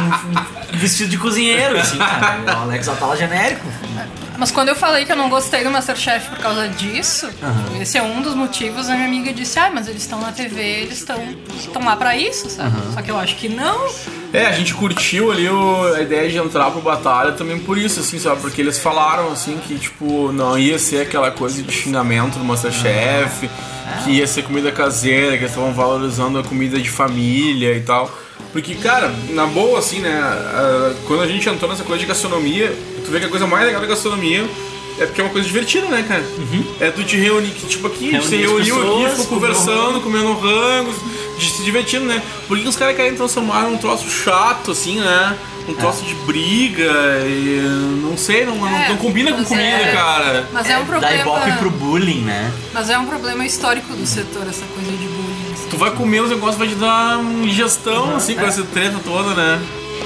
um vestido de cozinheiro, assim, cara. É o Alex Atala genérico. Mas quando eu falei que eu não gostei do Masterchef por causa disso, esse é um dos motivos, a minha amiga disse, mas eles estão na TV, eles estão lá pra isso, sabe? Só que eu acho que não. A gente curtiu ali a ideia de entrar pro Batalha também por isso, assim, sabe? Porque eles falaram, assim, que, tipo, não ia ser aquela coisa de xingamento do Masterchef, que ia ser comida caseira, que eles estavam valorizando a comida de família e tal. Porque, cara, na boa, assim, né, quando a gente entrou nessa coisa de gastronomia, tu vê que a coisa mais legal da gastronomia é porque é uma coisa divertida, né, cara? É tu te reunir, tipo, aqui, você reuniu aqui, ficou conversando, comendo rangos, se divertindo, né? Por que os caras querem transformar num troço chato, assim, né? Um troço de briga e não sei, não combina com comida, cara. Mas é um problema... Dá ibope pro bullying, né? Mas é um problema histórico do setor, essa coisa de bullying. Assim. Tu vai comer os negócios, vai te dar uma ingestão, assim, com essa treta toda, né?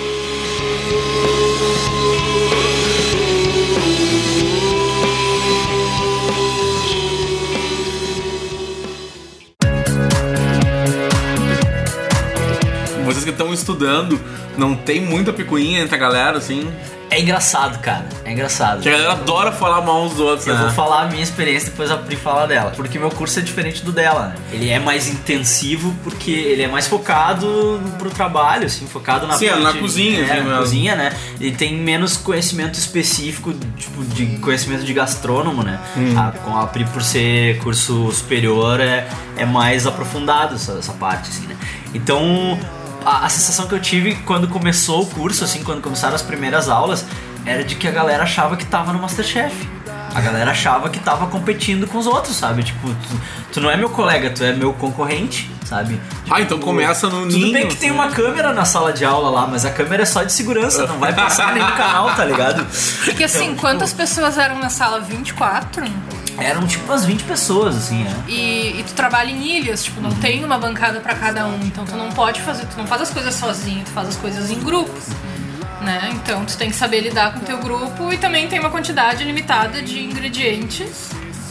Vocês que estão estudando, não tem muita picuinha entre a galera, assim? É engraçado, cara. É engraçado. Que a galera adora falar mal uns dos outros, né? Eu vou falar a minha experiência, depois a Pri fala dela. Porque meu curso é diferente do dela, né? Ele é mais intensivo porque ele é mais focado pro trabalho, assim, focado na parte... na cozinha, assim, na cozinha, né? Ele tem menos conhecimento específico, tipo, de conhecimento de gastrônomo, né? Com a Pri, por ser curso superior, é mais aprofundado essa parte, assim, né? Então... A sensação que eu tive quando começou o curso, assim, quando começaram as primeiras aulas, era de que a galera achava que tava no Masterchef. A galera achava que tava competindo com os outros, sabe? Tipo, tu não é meu colega, tu é meu concorrente, sabe? Tipo, então começa no ninho. Tudo bem que tem uma câmera na sala de aula lá, mas a câmera é só de segurança, não vai passar nem no canal, tá ligado? Porque assim, então, quantas pessoas eram na sala? 24? Eram tipo umas 20 pessoas, assim, E tu trabalha em ilhas, tipo, não tem uma bancada pra cada um, então tu não pode fazer, tu não faz as coisas sozinho, tu faz as coisas em grupos, né? Então tu tem que saber lidar com o teu grupo e também tem uma quantidade limitada de ingredientes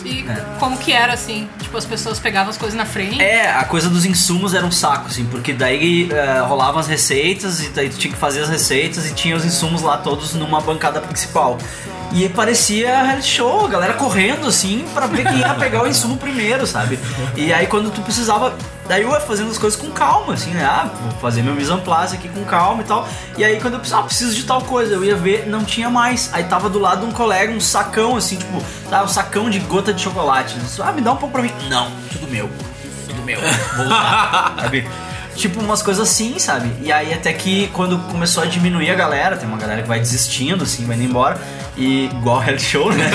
E como que era, assim? Tipo, as pessoas pegavam as coisas na frente? A coisa dos insumos era um saco, assim, porque daí rolavam as receitas e daí tu tinha que fazer as receitas e tinha os insumos lá todos numa bancada principal. E parecia reality show, a galera correndo, assim, pra ver quem ia pegar o insumo primeiro, sabe? E aí quando tu precisava, daí eu ia fazendo as coisas com calma, assim, né? Vou fazer meu mise en place aqui com calma e tal. E aí quando eu precisava, preciso de tal coisa, eu ia ver, não tinha mais. Aí tava do lado de um colega, um sacão, assim, tipo, um sacão de gota de chocolate. Me dá um pouco pra mim. Não, tudo meu, vou usar, sabe? Tipo, umas coisas assim, sabe? E aí até que quando começou a diminuir a galera, tem uma galera que vai desistindo, assim, vai indo embora. E igual reality show, né?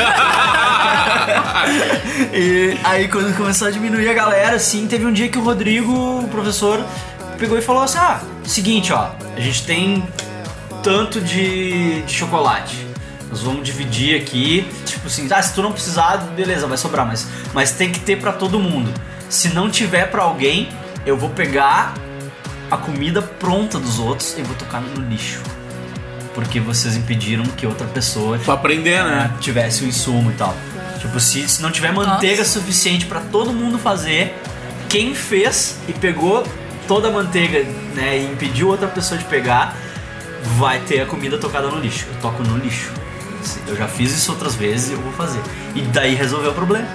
E aí quando começou a diminuir a galera, assim, teve um dia que o Rodrigo, o professor, pegou e falou assim: seguinte, a gente tem tanto de chocolate. Nós vamos dividir aqui, tipo assim, se tu não precisar, beleza, vai sobrar, mas tem que ter pra todo mundo. Se não tiver pra alguém, eu vou pegar a comida pronta dos outros e vou tocar no lixo. Porque vocês impediram que outra pessoa pra aprender, né? Tivesse o insumo e tal. Tipo, se não tiver manteiga suficiente pra todo mundo fazer, quem fez e pegou toda a manteiga, né, e impediu outra pessoa de pegar, vai ter a comida tocada no lixo. Eu toco no lixo. Eu já fiz isso outras vezes e eu vou fazer. E daí resolveu o problema.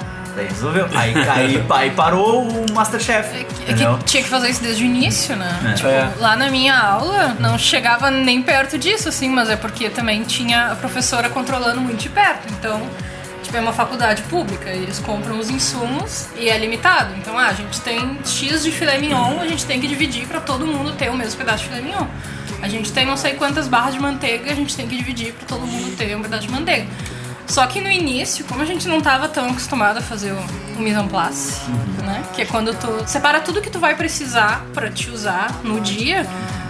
Aí parou o Masterchef. É que tinha que fazer isso desde o início, né? Lá na minha aula não chegava nem perto disso, assim, mas é porque também tinha a professora controlando muito de perto. Então, tipo, é uma faculdade pública, eles compram os insumos e é limitado. Então, a gente tem X de filé mignon, a gente tem que dividir pra todo mundo ter o mesmo pedaço de filé mignon. A gente tem não sei quantas barras de manteiga, a gente tem que dividir pra todo mundo ter um pedaço de manteiga. Só que no início, como a gente não tava tão acostumado a fazer o mise en place, né? Que é quando tu separa tudo que tu vai precisar pra te usar no dia.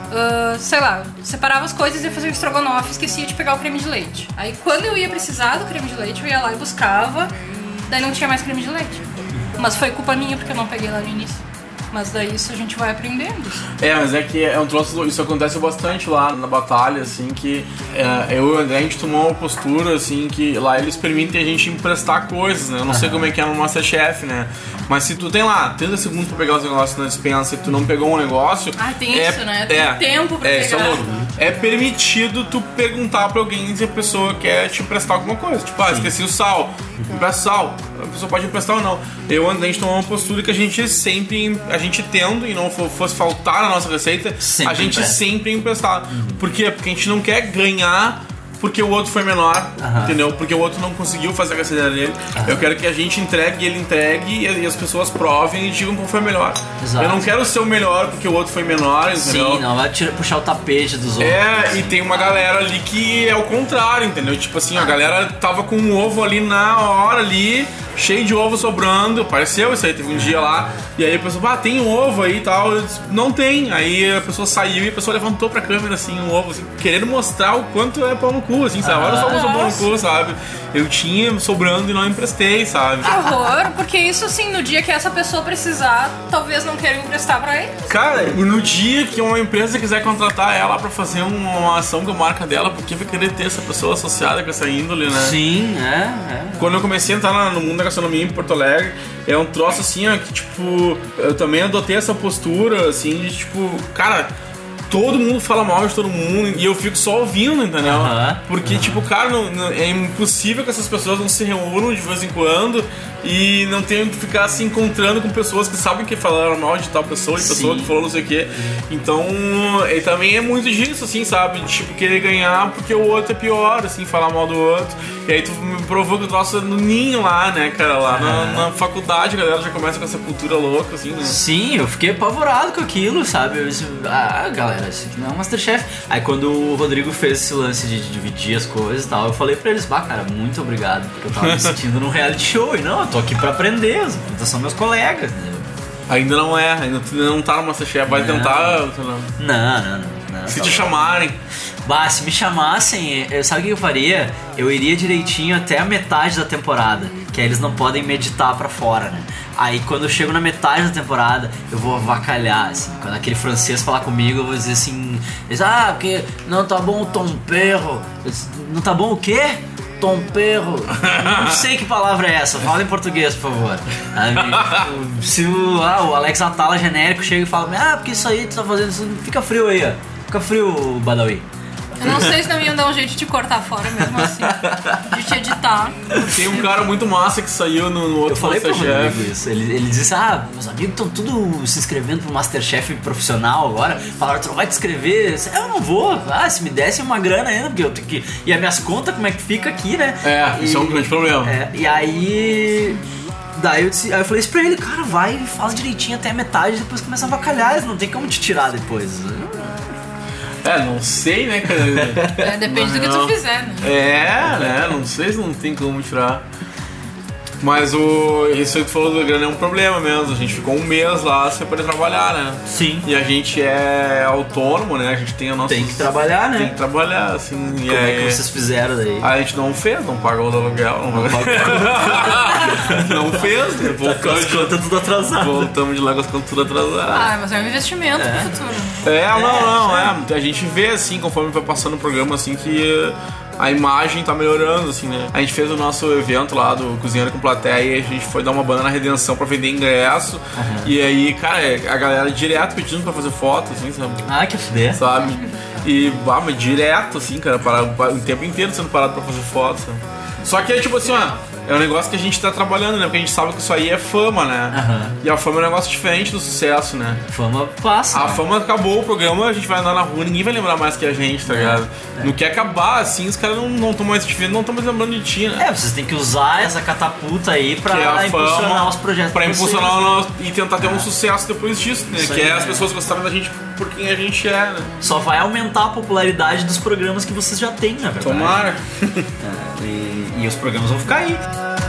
Sei lá, separava as coisas e ia fazer um estrogonofe, esquecia de pegar o creme de leite. Aí quando eu ia precisar do creme de leite, eu ia lá e buscava, daí não tinha mais creme de leite. Mas foi culpa minha porque eu não peguei lá no início. Mas daí isso a gente vai aprendendo. Mas é que é um troço, isso acontece bastante lá na batalha, assim, que eu e o André, a gente tomou uma postura, assim, que lá eles permitem a gente emprestar coisas, né? Eu não sei como é que é no Masterchef, né? Mas se tu tem lá 30 segundos pra pegar os negócios na dispensa e tu não pegou um negócio... tem isso, né? Tem tempo pra pegar. Isso é permitido tu perguntar pra alguém se a pessoa quer te emprestar alguma coisa. Tipo, esqueci o sal, empresta sal. A pessoa pode emprestar ou não. Eu e o André, a gente tomou uma postura que a gente sempre... A gente tendo e não fosse faltar na nossa receita, a gente sempre emprestar. Por quê? Porque a gente não quer ganhar porque o outro foi menor, entendeu? Porque o outro não conseguiu fazer a receita dele. Eu quero que a gente entregue e ele entregue e as pessoas provem e digam qual foi melhor. Exato. Eu não quero ser o melhor porque o outro foi menor, entendeu? Sim, não vai puxar o tapete dos outros. E tem uma galera ali que é o contrário, entendeu? Tipo assim, a galera tava com um ovo ali na hora ali, cheio de ovo sobrando, apareceu isso aí, teve um dia lá, e aí a pessoa, tem um ovo aí e tal, eu disse, não tem, aí a pessoa saiu e a pessoa levantou pra câmera assim, um ovo, assim, querendo mostrar o quanto é pão no cu, assim, sabe, olha só como eu pão no cu, sabe, eu tinha sobrando e não emprestei, sabe. Que horror, porque isso assim, no dia que essa pessoa precisar, talvez não queiram emprestar pra ele. Cara, no dia que uma empresa quiser contratar ela pra fazer uma ação com a marca dela, por que vai querer ter essa pessoa associada com essa índole, né? Sim, Quando eu comecei a entrar no mundo da gastronomia em Porto Alegre, é um troço assim, que tipo, eu também adotei essa postura, assim, de tipo, cara, todo mundo fala mal de todo mundo e eu fico só ouvindo, entendeu? Porque, tipo, cara, é impossível que essas pessoas não se reúnam de vez em quando e não tenham que ficar se encontrando com pessoas que sabem que falaram mal de tal pessoa, de pessoa que falou não sei o quê. Então, e também é muito disso, assim, sabe? De, tipo, querer ganhar porque o outro é pior, assim, falar mal do outro. E aí tu me provou que eu troço no ninho lá, né, cara? Lá na faculdade a galera já começa com essa cultura louca, assim, né? Sim, eu fiquei apavorado com aquilo, sabe? Eu disse, galera, isso aqui não é um Masterchef. Aí quando o Rodrigo fez esse lance de dividir as coisas e tal, eu falei pra eles, cara, muito obrigado, porque eu tava me sentindo num reality show. E não, eu tô aqui pra aprender, são meus colegas, né? Ainda não tá no Masterchef, vai tentar... Não. Se te chamarem. Se me chamassem, sabe o que eu faria? Eu iria direitinho até a metade da temporada, que aí eles não podem meditar pra fora, né? Aí quando eu chego na metade da temporada, eu vou avacalhar, assim. Quando aquele francês falar comigo, eu vou dizer assim... porque não tá bom o tempero. Não tá bom o quê? Tom Perro. Não sei que palavra é essa, fala em português, por favor. Se o Alex Atala genérico chega e fala, porque isso aí tu tá fazendo, isso fica frio aí, ó. Fica frio, Badawi. Eu não sei se não iam dar um jeito de cortar fora mesmo assim. De te editar. Tem um cara muito massa que saiu no outro Eu falei pro Masterchef. amigo isso. Ele disse, meus amigos estão tudo se inscrevendo pro Masterchef profissional agora. Falaram, tu não vai te inscrever? Eu não vou. Se me desse uma grana ainda, porque eu tenho que... E as minhas contas, como é que fica aqui, né? Isso é um grande problema. E aí... Daí eu falei isso pra ele, cara, vai e faz direitinho até a metade, depois começa a avacalhar, não tem como te tirar depois. Não sei, né, cara? Depende do que tu fizer, né? Né? Não sei se não tem como tirar. Mas isso aí que tu falou do grana é um problema mesmo. A gente ficou um mês lá sem poder trabalhar, né? Sim. E a gente é autônomo, né? A gente tem a nossa... Tem que trabalhar, né? Tem que trabalhar, assim. Como é que vocês fizeram daí? A gente não fez, não pagou o aluguel. Não fez, né? Com as contas tudo atrasado. Voltamos de lá com as contas tudo atrasadas. Mas é um investimento pro futuro. A gente vê, assim, conforme vai passando o programa, assim, que... a imagem tá melhorando, assim, né? A gente fez o nosso evento lá do Cozinheiro com Plateia e a gente foi dar uma banda na Redenção pra vender ingresso. E aí, cara, a galera direto pedindo pra fazer foto, assim, sabe? Que fuder. Sabe? E, mas direto, assim, cara, o tempo inteiro sendo parado pra fazer foto, sabe? Só que é tipo assim, é um negócio que a gente tá trabalhando, né? Porque a gente sabe que isso aí é fama, né? E a fama é um negócio diferente do sucesso, né? Fama passa. A fama acabou o programa, a gente vai andar na rua, ninguém vai lembrar mais que a gente, tá ligado? No que acabar, assim, os caras não estão mais te vendo, não estão mais lembrando de ti, né? Vocês têm que usar essa catapulta aí pra impulsionar os projetos. Pra impulsionar e tentar ter um sucesso depois disso, né? Isso que as pessoas gostarem da gente por quem a gente é, né? Só vai aumentar a popularidade dos programas que vocês já têm, na verdade. Tomara. E os programas vão ficar aí.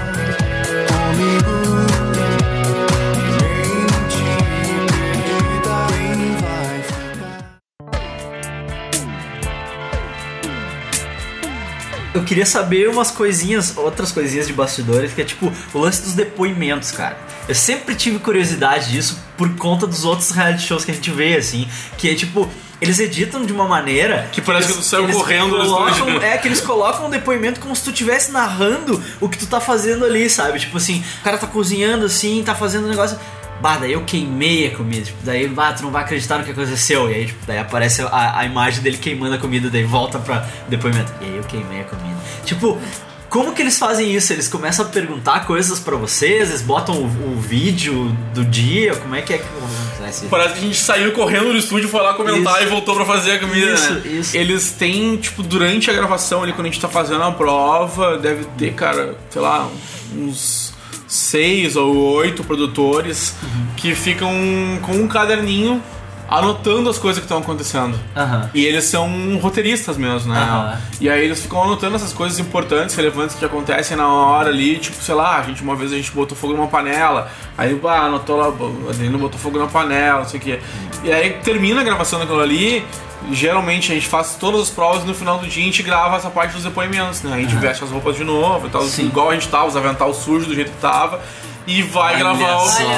Eu queria saber outras coisinhas de bastidores, que é tipo o lance dos depoimentos, cara. Eu sempre tive curiosidade disso por conta dos outros reality shows que a gente vê, assim, que é tipo... Eles editam de uma maneira... Que parece que tu saiu correndo no estúdio. Que eles colocam um depoimento como se tu estivesse narrando o que tu tá fazendo ali, sabe? Tipo assim, o cara tá cozinhando assim, tá fazendo um negócio... daí eu queimei a comida, tipo, daí, tu não vai acreditar no que aconteceu. E aí, tipo, daí aparece a imagem dele queimando a comida, daí volta pra depoimento. E aí eu queimei a comida. Tipo... Como que eles fazem isso? Eles começam a perguntar coisas pra vocês? Eles botam o vídeo do dia? Como é que acontece? Parece que a gente saiu correndo do estúdio, foi lá comentar e voltou pra fazer a comida, né? Isso. Eles têm, tipo, durante a gravação ali, quando a gente tá fazendo a prova, deve ter, cara, sei lá, uns 6 ou 8 produtores que ficam com um caderninho anotando as coisas que estão acontecendo. E eles são roteiristas mesmo, né? E aí eles ficam anotando essas coisas importantes, relevantes que acontecem na hora ali, tipo, sei lá, uma vez a gente botou fogo numa panela, aí anotou lá, a Adelina botou fogo na panela, não sei o que. E aí termina a gravação daquilo ali, geralmente a gente faz todas as provas e no final do dia a gente grava essa parte dos depoimentos, né? A gente veste as roupas de novo e tal, igual a gente tava, os avental sujo do jeito que tava. E vai gravar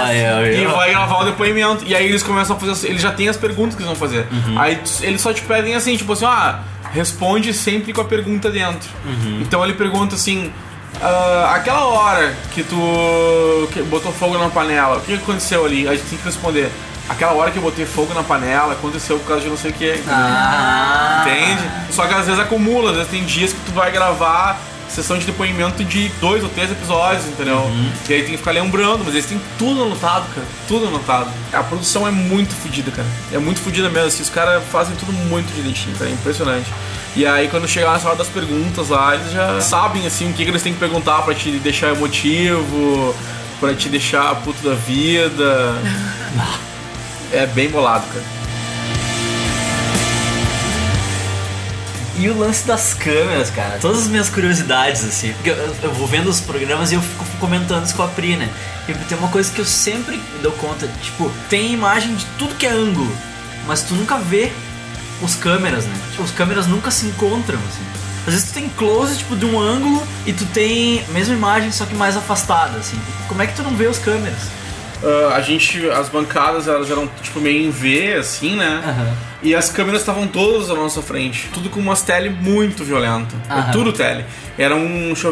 o depoimento. E aí eles começam a fazer. Eles já têm as perguntas que eles vão fazer. Aí eles só te pedem assim, tipo assim, responde sempre com a pergunta dentro. Então ele pergunta assim: aquela hora que tu botou fogo na panela, o que aconteceu ali? A gente tem que responder: aquela hora que eu botei fogo na panela aconteceu por causa de não sei o que. Entende? Só que às vezes acumula, às vezes tem dias que tu vai gravar sessão de depoimento de 2 ou 3 episódios, entendeu? E aí tem que ficar lembrando, mas eles têm tudo anotado, cara. Tudo anotado. A produção é muito fodida, cara. É muito fodida mesmo, assim, os caras fazem tudo muito direitinho, cara. É impressionante. E aí quando chegar nessa hora das perguntas lá, eles já sabem, assim, o que eles têm que perguntar pra te deixar emotivo, pra te deixar puto da vida. É bem bolado, cara. E o lance das câmeras, cara. Todas as minhas curiosidades, assim. Porque eu vou vendo os programas e eu fico comentando isso com a Pri, né? E tem uma coisa que eu sempre dou conta. Tipo, tem imagem de tudo que é ângulo, mas tu nunca vê os câmeras, né? Tipo, os câmeras nunca se encontram, assim. Às vezes tu tem close, tipo, de um ângulo e tu tem a mesma imagem, só que mais afastada, assim. Como é que tu não vê os câmeras? As bancadas, elas eram tipo meio em V, assim, né? E as câmeras estavam todas à nossa frente. Tudo com umas tele muito violentas. Tudo tele. Eram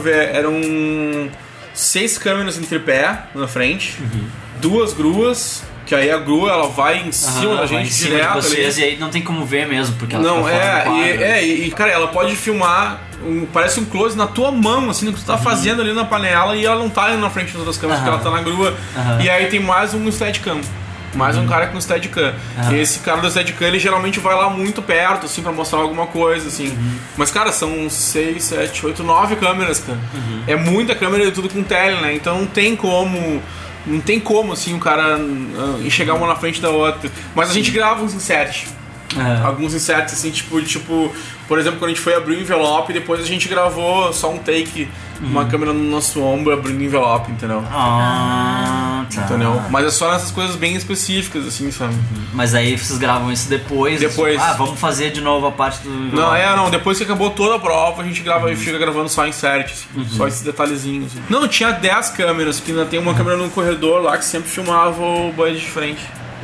6 câmeras em tripé na frente, 2 gruas, que aí a grua ela vai em cima da gente direto de vocês, ali. E aí não tem como ver mesmo, porque ela não, fica fora do quadro. Cara, ela pode filmar, parece um close na tua mão, assim, no que tu tá fazendo ali na panela, e ela não tá indo na frente das outras câmeras, porque ela tá na grua. E aí tem mais um Steadicam. Mais um cara com Steadicam. E esse cara do Steadicam, ele geralmente vai lá muito perto, assim, pra mostrar alguma coisa, assim. Mas, cara, são 6, 7, 8, 9 câmeras, cara. É muita câmera e tudo com tele, né? Então não tem como, assim, o cara enxergar uma na frente da outra. Mas a gente grava uns inserts. Alguns inserts, assim, tipo, por exemplo, quando a gente foi abrir o envelope, depois a gente gravou só um take, uma câmera no nosso ombro abrindo o envelope, entendeu? Entendeu? Mas é só nessas coisas bem específicas, assim, sabe? Mas aí vocês gravam isso depois? Vamos fazer de novo a parte do envelope. Não, depois que acabou toda a prova, a gente grava e fica gravando só insert, assim, só esses detalhezinhos. Assim. Não, tinha 10 câmeras, que ainda tem uma câmera no corredor lá que sempre filmava o Bud de frente.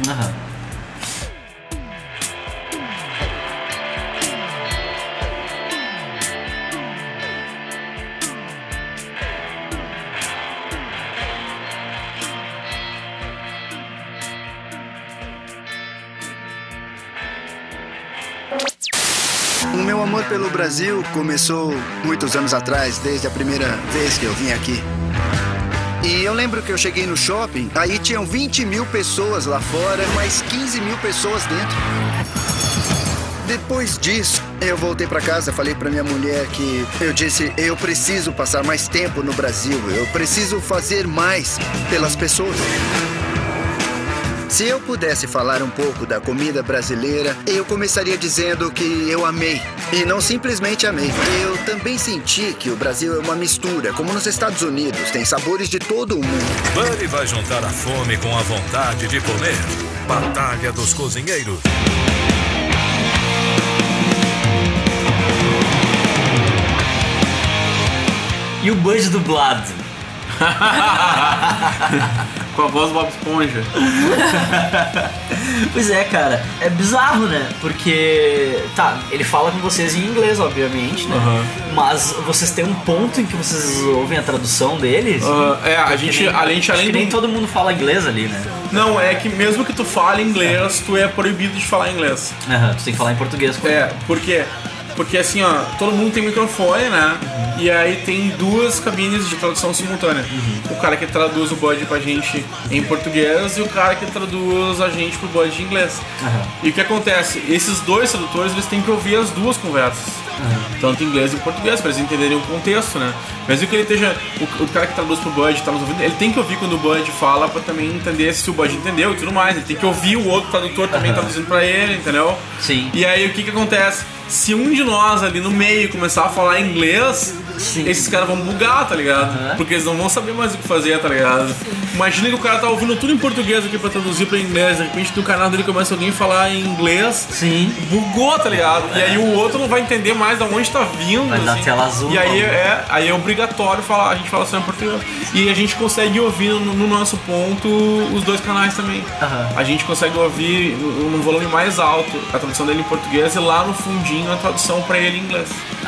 O meu amor pelo Brasil começou muitos anos atrás, desde a primeira vez que eu vim aqui. E eu lembro que eu cheguei no shopping, aí tinham 20 mil pessoas lá fora, mais 15 mil pessoas dentro. Depois disso, eu voltei pra casa, falei pra minha mulher que eu disse, eu preciso passar mais tempo no Brasil, eu preciso fazer mais pelas pessoas. Se eu pudesse falar um pouco da comida brasileira, eu começaria dizendo que eu amei. E não simplesmente amei. Eu também senti que o Brasil é uma mistura, como nos Estados Unidos. Tem sabores de todo o mundo. Buddy vai juntar a fome com a vontade de comer. Batalha dos Cozinheiros. E o Bud dublado? Com a voz do Bob Esponja. Pois é, cara. É bizarro, né? Porque, ele fala com vocês em inglês, obviamente, né? Mas vocês têm um ponto em que vocês ouvem a tradução deles? Além nem todo mundo fala inglês ali, né? Não, é que mesmo que tu fale inglês, tu é proibido de falar inglês. Tu tem que falar em português. Por quê? Porque assim, ó, todo mundo tem microfone, né? E aí tem 2 cabines de tradução simultânea. O cara que traduz o Bud pra gente em português e o cara que traduz a gente pro Bud em inglês. E o que acontece? Esses 2 tradutores, eles têm que ouvir as 2 conversas. Tanto em inglês e em português, pra eles entenderem o contexto, né? Mesmo que ele esteja... O cara que traduz pro Bud tá nos ouvindo, ele tem que ouvir quando o Bud fala pra também entender se o Bud entendeu e tudo mais. Ele tem que ouvir o outro tradutor também traduzindo pra ele, entendeu? Sim. E aí o que acontece? Se um de nós ali no meio começar a falar inglês, esses caras vão bugar, tá ligado? Porque eles não vão saber mais o que fazer, tá ligado? Imagina que o cara tá ouvindo tudo em português aqui pra traduzir pra inglês, de repente no canal dele começa alguém a falar em inglês, bugou, tá ligado? E aí o outro não vai entender mais de onde tá vindo. Vai dar tela azul. E aí é obrigatório falar, a gente fala só em português. E a gente consegue ouvir no nosso ponto os 2 canais também. A gente consegue ouvir num volume mais alto a tradução dele em português e lá no fundinho a tradução pra ele em inglês.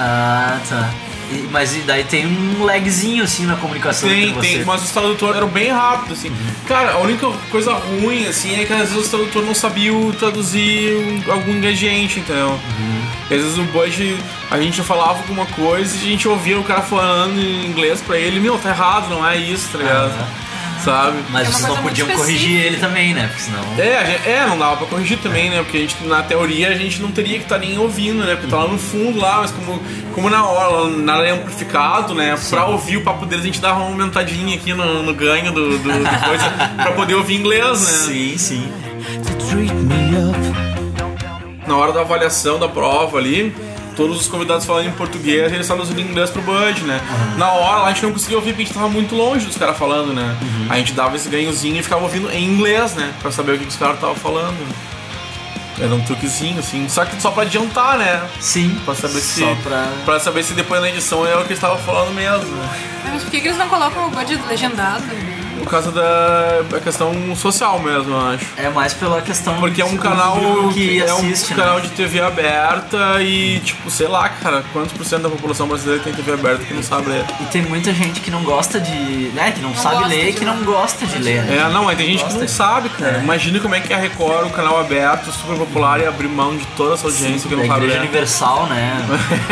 Mas daí tem um lagzinho assim na comunicação entre vocês. Tem, mas os tradutores eram bem rápidos, assim. Cara, a única coisa ruim, assim, é que às vezes os tradutores não sabiam traduzir algum ingrediente, entendeu? Às vezes o Bud, a gente falava alguma coisa e a gente ouvia o cara falando em inglês pra ele, meu, tá errado, não é isso, tá ligado? Sabe? Mas vocês não podiam corrigir ele também, né? Porque senão... não dava pra corrigir também, né? Porque a gente, na teoria, a gente não teria que estar nem ouvindo, né? Porque tá lá no fundo, lá, mas como na hora, nada é amplificado, né? Pra ouvir o papo deles, a gente dava uma aumentadinha aqui no ganho do coisa, pra poder ouvir inglês, né? Sim. Na hora da avaliação da prova ali, todos os convidados falando em português e eles estavam usando inglês pro Bud, né? Na hora a gente não conseguia ouvir porque a gente tava muito longe dos caras falando, né? A gente dava esse ganhozinho e ficava ouvindo em inglês, né? Pra saber o que os caras estavam falando. Era um truquezinho, assim. Só que só pra adiantar, né? Sim. Pra saber pra saber se depois na edição é o que eles estavam falando mesmo. Mas por que eles não colocam o Bud legendado? por causa da questão social mesmo, eu acho. É mais pela questão... Porque é um canal que assiste, um canal de TV aberta e, tipo, sei lá, cara, quantos por cento da população brasileira tem TV aberta que não sabe ler? E tem muita gente que não gosta de... né, que não sabe ler e que não gosta de ler, né? Não, mas tem gente que não sabe, cara. Imagina como é que é a Record, o canal aberto, super popular, e abrir mão de toda essa audiência que não sabe ler. Igreja Universal, né?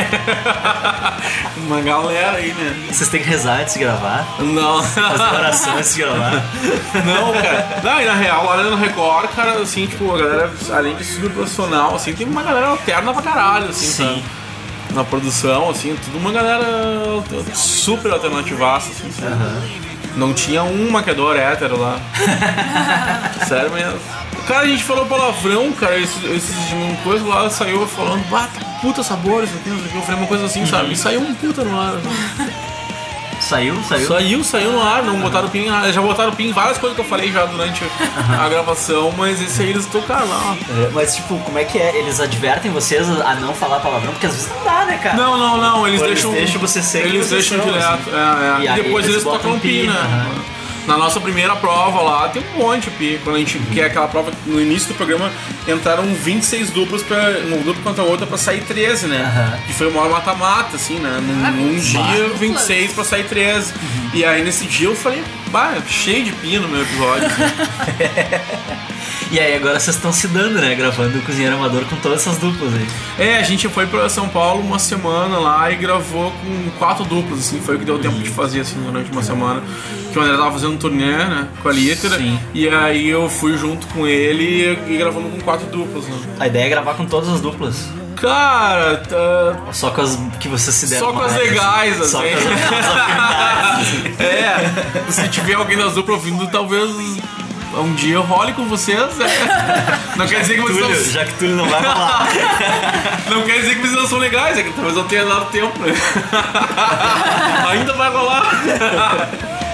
Uma galera aí, né? Vocês têm que rezar antes de gravar? Não. Fazer oração antes de gravar? Não, cara. Não, e na real, lá no Record, cara, assim, tipo, a galera, além de super profissional, assim, tem uma galera alterna pra caralho, assim, sim. Na produção, assim, tudo uma galera super alternativaça, assim, Não tinha um maquiador hétero lá. Sério mesmo. Cara, a gente falou palavrão, cara, esses coisa lá saiu falando, puta sabor, isso aqui, eu falei uma coisa assim, sabe? E saiu um puta no ar. Saiu no ar, não botaram pin, já botaram pin em várias coisas que eu falei já durante a gravação, mas esse aí eles tocaram lá. Mas tipo, como é que é? Eles advertem vocês a não falar palavrão? Porque às vezes não dá, né, cara? Não, eles deixam você ser. Eles deixam direto, assim. E depois eles tocam pin, né? Na nossa primeira prova lá, tem um monte de pi. Quando a gente quer aquela prova, no início do programa, entraram 26 duplas, um duplo contra a outra pra sair 13, né? Que foi uma hora mata-mata, assim, né? Num dia, 26 pra sair 13. E aí nesse dia eu falei, cheio de pi no meu episódio. Assim. E aí agora vocês estão se dando, né? Gravando o Cozinheiro Amador com todas essas duplas aí. A gente foi pra São Paulo uma semana lá e gravou com 4 duplas, assim. Foi o que deu tempo de fazer, assim, durante uma semana. Que o André tava fazendo um turnê, né? Com a Litera. Sim. E aí eu fui junto com ele e gravamos com 4 duplas, né? A ideia é gravar com todas as duplas. Cara, só com as que você se deram. Só com as legais, assim. Só com as afinidades. Se tiver alguém das duplas ouvindo, talvez um dia eu role com vocês. Não quer dizer que vocês não... Já que Túlio não vai rolar. Não quer dizer que vocês não são legais, é que talvez não tenha dado tempo, né? Ainda vai rolar.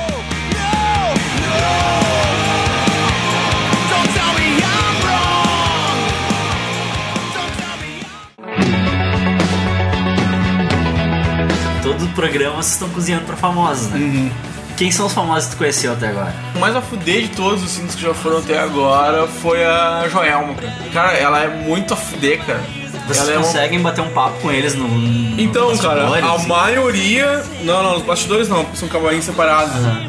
Todo programa vocês estão cozinhando pra famosos, né? Quem são os famosos que tu conheceu até agora? O mais a fuder de todos os que já foram até agora foi a Joelma, cara. Cara, ela é muito a fuder, cara. Vocês conseguem bater um papo com eles no Então, cara, a maioria... Não, os bastidores não, porque são camarinhos separados.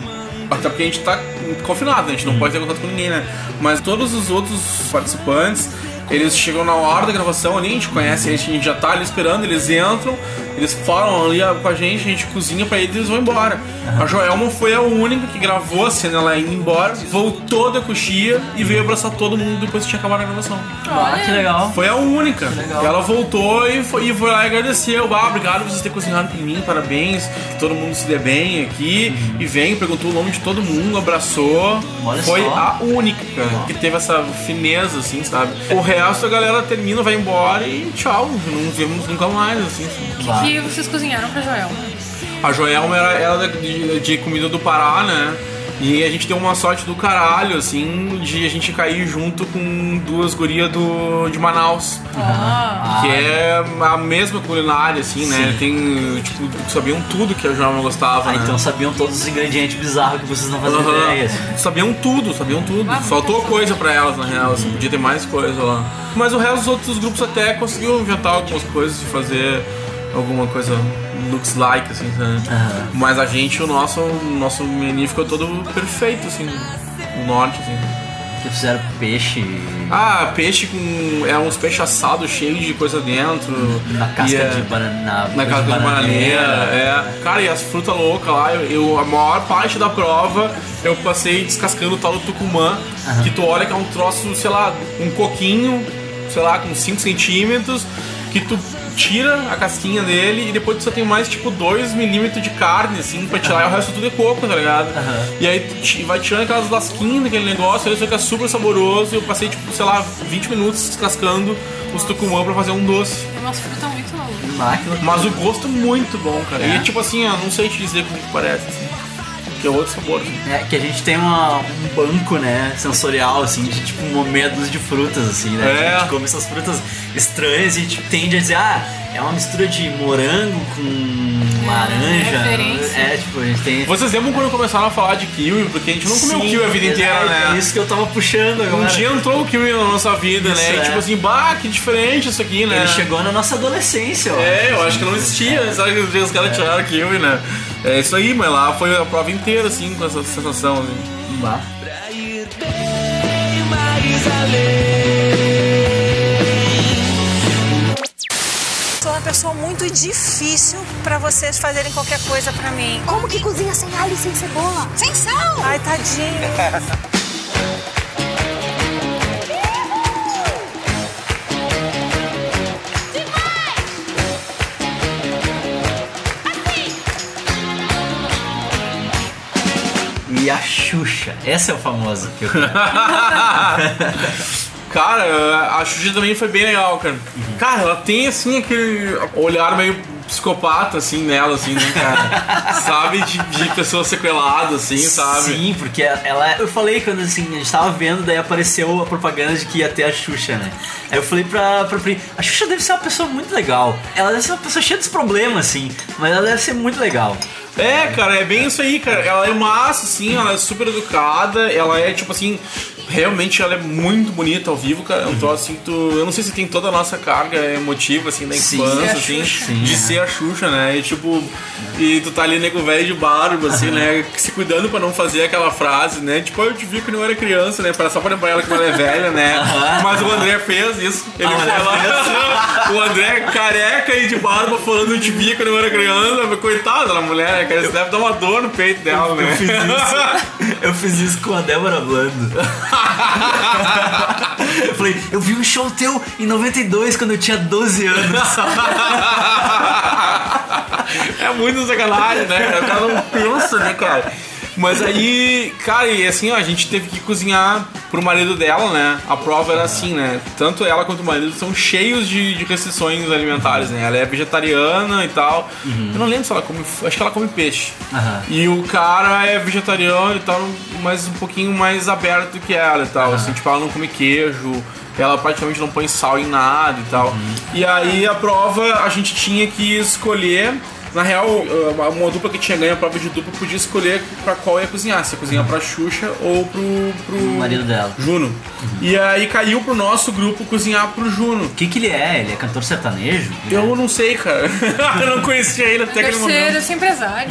Até porque a gente tá confinado, né? A gente não pode ter contato com ninguém, né? Mas todos os outros participantes, eles chegam na hora da gravação ali, a gente conhece, a gente já tá ali esperando, eles entram, eles falam ali com a gente cozinha pra eles e eles vão embora. A Joelma foi a única que gravou a cena ela indo embora, voltou da coxia e veio abraçar todo mundo depois que tinha acabado a gravação. Que legal. Foi a única. E ela voltou e foi lá e agradeceu. Obrigado por vocês terem cozinhado por mim, parabéns, que todo mundo se dê bem aqui. E veio, perguntou o nome de todo mundo, abraçou. Foi a única, cara, que teve essa fineza, assim, sabe? O resto a galera termina, vai embora e tchau, não vemos nunca mais, assim. O que vocês cozinharam pra Joelma? A Joelma era de comida do Pará, né? E a gente deu uma sorte do caralho, assim, de a gente cair junto com 2 gurias de Manaus. Que é a mesma culinária, assim, né? Tem, tipo, sabiam tudo que a Joelma gostava, né? Então sabiam todos os ingredientes bizarros que vocês não faziam ideia. Assim. Sabiam tudo. Faltou coisa pra elas, na real, assim, podia ter mais coisa lá. Mas o resto dos outros grupos até conseguiu inventar algumas coisas e fazer alguma coisa looks like, assim, né? Mas a gente, o nosso menu ficou todo perfeito, assim, no norte, assim. Que fizeram peixe. Peixe com... uns peixes assados cheios de coisa dentro. Na casca de banana. Na casca de bananeira, Cara, e as frutas loucas lá, a maior parte da prova eu passei descascando o tal do tucumã, que tu olha que é um troço, sei lá, um coquinho, sei lá, com 5 centímetros, que tu tira a casquinha dele e depois tu só tem mais tipo 2 milímetros de carne, assim, pra tirar, e o resto tudo é coco, tá ligado? E aí tu vai tirando aquelas lasquinhas daquele negócio, aí fica super saboroso. E eu passei, tipo, sei lá, 20 minutos descascando os tucumã pra fazer um doce. É uma fruta muito louca. Mas o gosto é muito bom, cara. E tipo assim, eu não sei te dizer como que parece, assim. Que é outro sabor, assim. Que a gente tem um banco, né, sensorial, assim, de tipo momentos de frutas, assim, né? A gente come essas frutas estranhas e tipo, tende a dizer, É uma mistura de morango com laranja. Tipo, a gente tem... Vocês lembram quando começaram a falar de kiwi? Porque a gente não comeu kiwi a vida inteira, né? É isso que eu tava puxando agora. Um dia entrou o kiwi na nossa vida, isso, né? E tipo assim, que diferente isso aqui, né? Ele chegou na nossa adolescência, eu acho que não existia, sabe? Que os caras tiraram kiwi, né? É isso aí, mas lá foi a prova inteira, assim, com essa sensação, assim. Bah. Sou uma pessoa muito difícil pra vocês fazerem qualquer coisa pra mim. Como que cozinha sem alho e sem cebola? Sem sal! Ai, tadinho. E a Xuxa, essa é o famoso que eu quero. Cara, a Xuxa também foi bem legal, cara. Cara, ela tem, assim, aquele olhar meio psicopata, assim, nela, assim, né, cara? Sabe? De pessoa sequelada, assim, sabe? Sim, porque ela... Eu falei quando, assim, a gente tava vendo, daí apareceu a propaganda de que ia ter a Xuxa, né? Aí eu falei pra Pri, a Xuxa deve ser uma pessoa muito legal. Ela deve ser uma pessoa cheia de problemas, assim, mas ela deve ser muito legal. É, cara, é bem isso aí, cara. Ela é massa, assim, ela é super educada, ela é, tipo assim... Realmente ela é muito bonita ao vivo, cara. É um troço assim que eu não sei se tem toda a nossa carga emotiva, assim, da infância, assim, de ser a Xuxa, né? E tipo, e tu tá ali, nego velho de barba, assim, né? Se cuidando pra não fazer aquela frase, né? Tipo, eu te vi quando eu era criança, né? Só pra lembrar ela que ela é velha, né? Mas o André fez isso. Ele falou, o André careca e de barba falando, eu te vi quando eu era criança. Coitada da mulher, né, cara? Isso deve dar uma dor no peito dela, né? Eu fiz isso com a Débora Blando. Eu falei, eu vi um show teu em 92 quando eu tinha 12 anos. É muito sacanagem, né? O cara não pensa, né, cara? Mas aí, cara, e assim, ó, a gente teve que cozinhar pro marido dela, né? A prova era assim, né? Tanto ela quanto o marido são cheios de restrições alimentares, né? Ela é vegetariana e tal. Eu não lembro se ela come... Acho que ela come peixe. E o cara é vegetariano e tal, mas um pouquinho mais aberto que ela e tal. Assim, tipo, ela não come queijo. Ela praticamente não põe sal em nada e tal. E aí a prova a gente tinha que escolher. Na real, uma dupla que tinha ganho a prova de dupla podia escolher pra qual ia cozinhar. Se ia cozinhar pra Xuxa ou pro marido dela, Juno. E aí caiu pro nosso grupo cozinhar pro Juno. O que ele é? Ele é cantor sertanejo? Eu não sei, cara. Eu não conhecia ele até aquele momento. Deve ser empresário.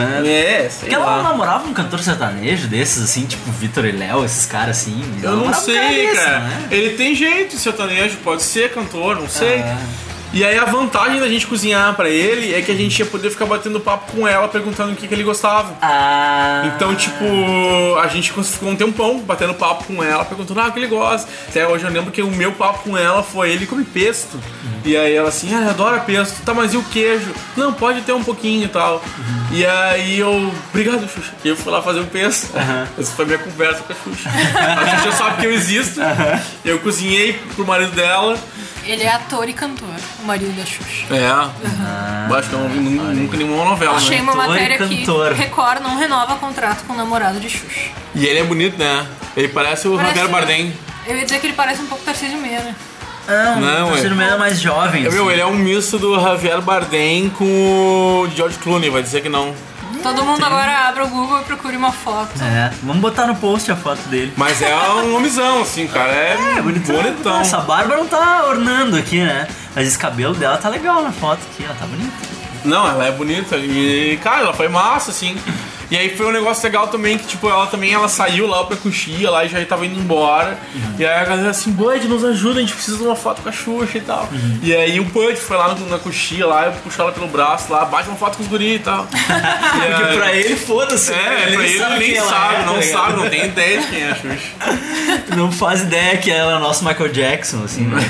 Sei ela lá. não namorava um cantor sertanejo desses, assim, tipo Vitor e Léo, esses caras assim? Eu não sei, cara. Né? Ele tem jeito de sertanejo, pode ser cantor, não sei. E aí a vantagem da gente cozinhar pra ele é que a gente ia poder ficar batendo papo com ela, perguntando o que ele gostava. Então, tipo, a gente ficou um tempão batendo papo com ela, perguntando o que ele gosta. Até hoje eu lembro que o meu papo com ela foi, ele come pesto. E aí ela assim, adora pesto. Tá, mas e o queijo? Não, pode ter um pouquinho e tal. E aí eu, obrigado, Xuxa. E eu fui lá fazer o pesto. Essa foi a minha conversa com a Xuxa. A Xuxa sabe que eu existo. Eu cozinhei pro marido dela. Ele é ator e cantor, o marido da Xuxa. Acho que eu não vi nunca nenhuma novela. Achei né? uma matéria que Record não renova contrato com o namorado de Xuxa. E ele é bonito, né? Ele parece o Javier Bardem. Eu ia dizer que ele parece um pouco Tarcísio Meira. Não, o Tarcísio Meira é mais jovem. Ele é um misto do Javier Bardem com o George Clooney, vai dizer que não. Todo mundo agora abre o Google e procure uma foto. Vamos botar no post a foto dele. Mas é um homizão, assim, cara. É bonitão. Essa barba não tá ornando aqui, né? Mas esse cabelo dela tá legal na foto aqui, ela tá bonita. Não, ela é bonita. E, cara, ela foi massa, assim. E aí foi um negócio legal também, que tipo, ela saiu lá pra coxia lá e já tava indo embora. E aí a galera assim, Bud, nos ajuda, a gente precisa de uma foto com a Xuxa e tal. E aí o Bud foi lá na coxia lá, eu puxou ela pelo braço lá, bate uma foto com os guris e tal. Porque pra ele, foda-se. Pra ele nem sabe, não tem ideia de quem é a Xuxa. Não faz ideia que ela é o nosso Michael Jackson, assim, né?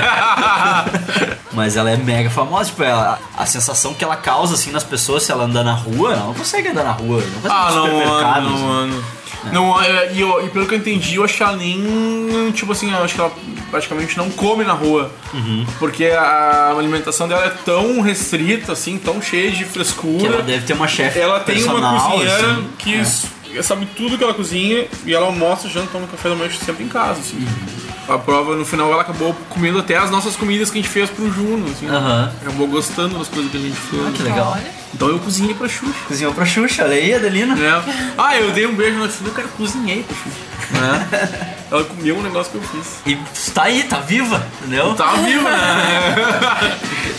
Mas ela é mega famosa, tipo, a sensação que ela causa, assim, nas pessoas se ela andar na rua, ela não consegue andar na rua, não consegue ir no supermercado. Não, e pelo que eu entendi, eu acho que ela nem, tipo assim, eu acho que ela praticamente não come na rua. Porque a alimentação dela é tão restrita, assim, tão cheia de frescura. Que ela deve ter uma chefe Ela tem personal, uma cozinheira assim, que sabe tudo que ela cozinha e ela almoça, janta, toma café da manhã sempre em casa, assim. a prova, no final, ela acabou comendo até as nossas comidas que a gente fez pro Juno, assim. Acabou gostando das coisas que a gente fez. Que legal. Então eu cozinhei pra Xuxa. Cozinhou pra Xuxa, olha aí, Adelina. Eu dei um beijo na Xuxa, cara, cozinhei pra Xuxa. Ela comeu um negócio que eu fiz. E tá aí, tá viva, entendeu? Tá viva, né?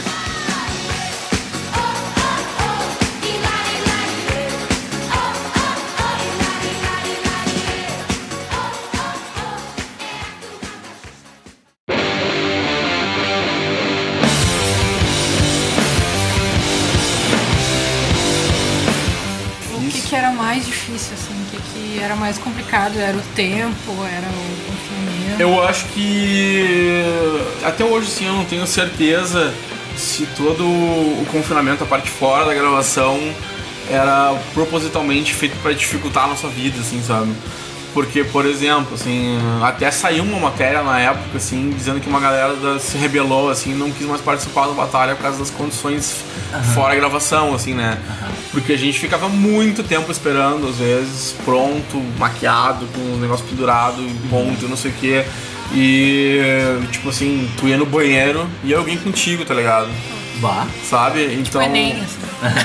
O que era mais difícil, assim? O que era mais complicado? Era o tempo? Era o confinamento? Eu acho que até hoje, sim, eu não tenho certeza se todo o confinamento, a parte fora da gravação, era propositalmente feito pra dificultar a nossa vida, assim, sabe? Porque, por exemplo, assim, até saiu uma matéria na época, assim, dizendo que uma galera se rebelou, assim, não quis mais participar da batalha por causa das condições fora a gravação, assim, né? Porque a gente ficava muito tempo esperando, às vezes, pronto, maquiado, com o negócio pendurado, ponto, não sei o quê. E, tipo assim, tu ia no banheiro e alguém contigo, tá ligado? Bah. Sabe? Então... Tipo Enem, assim.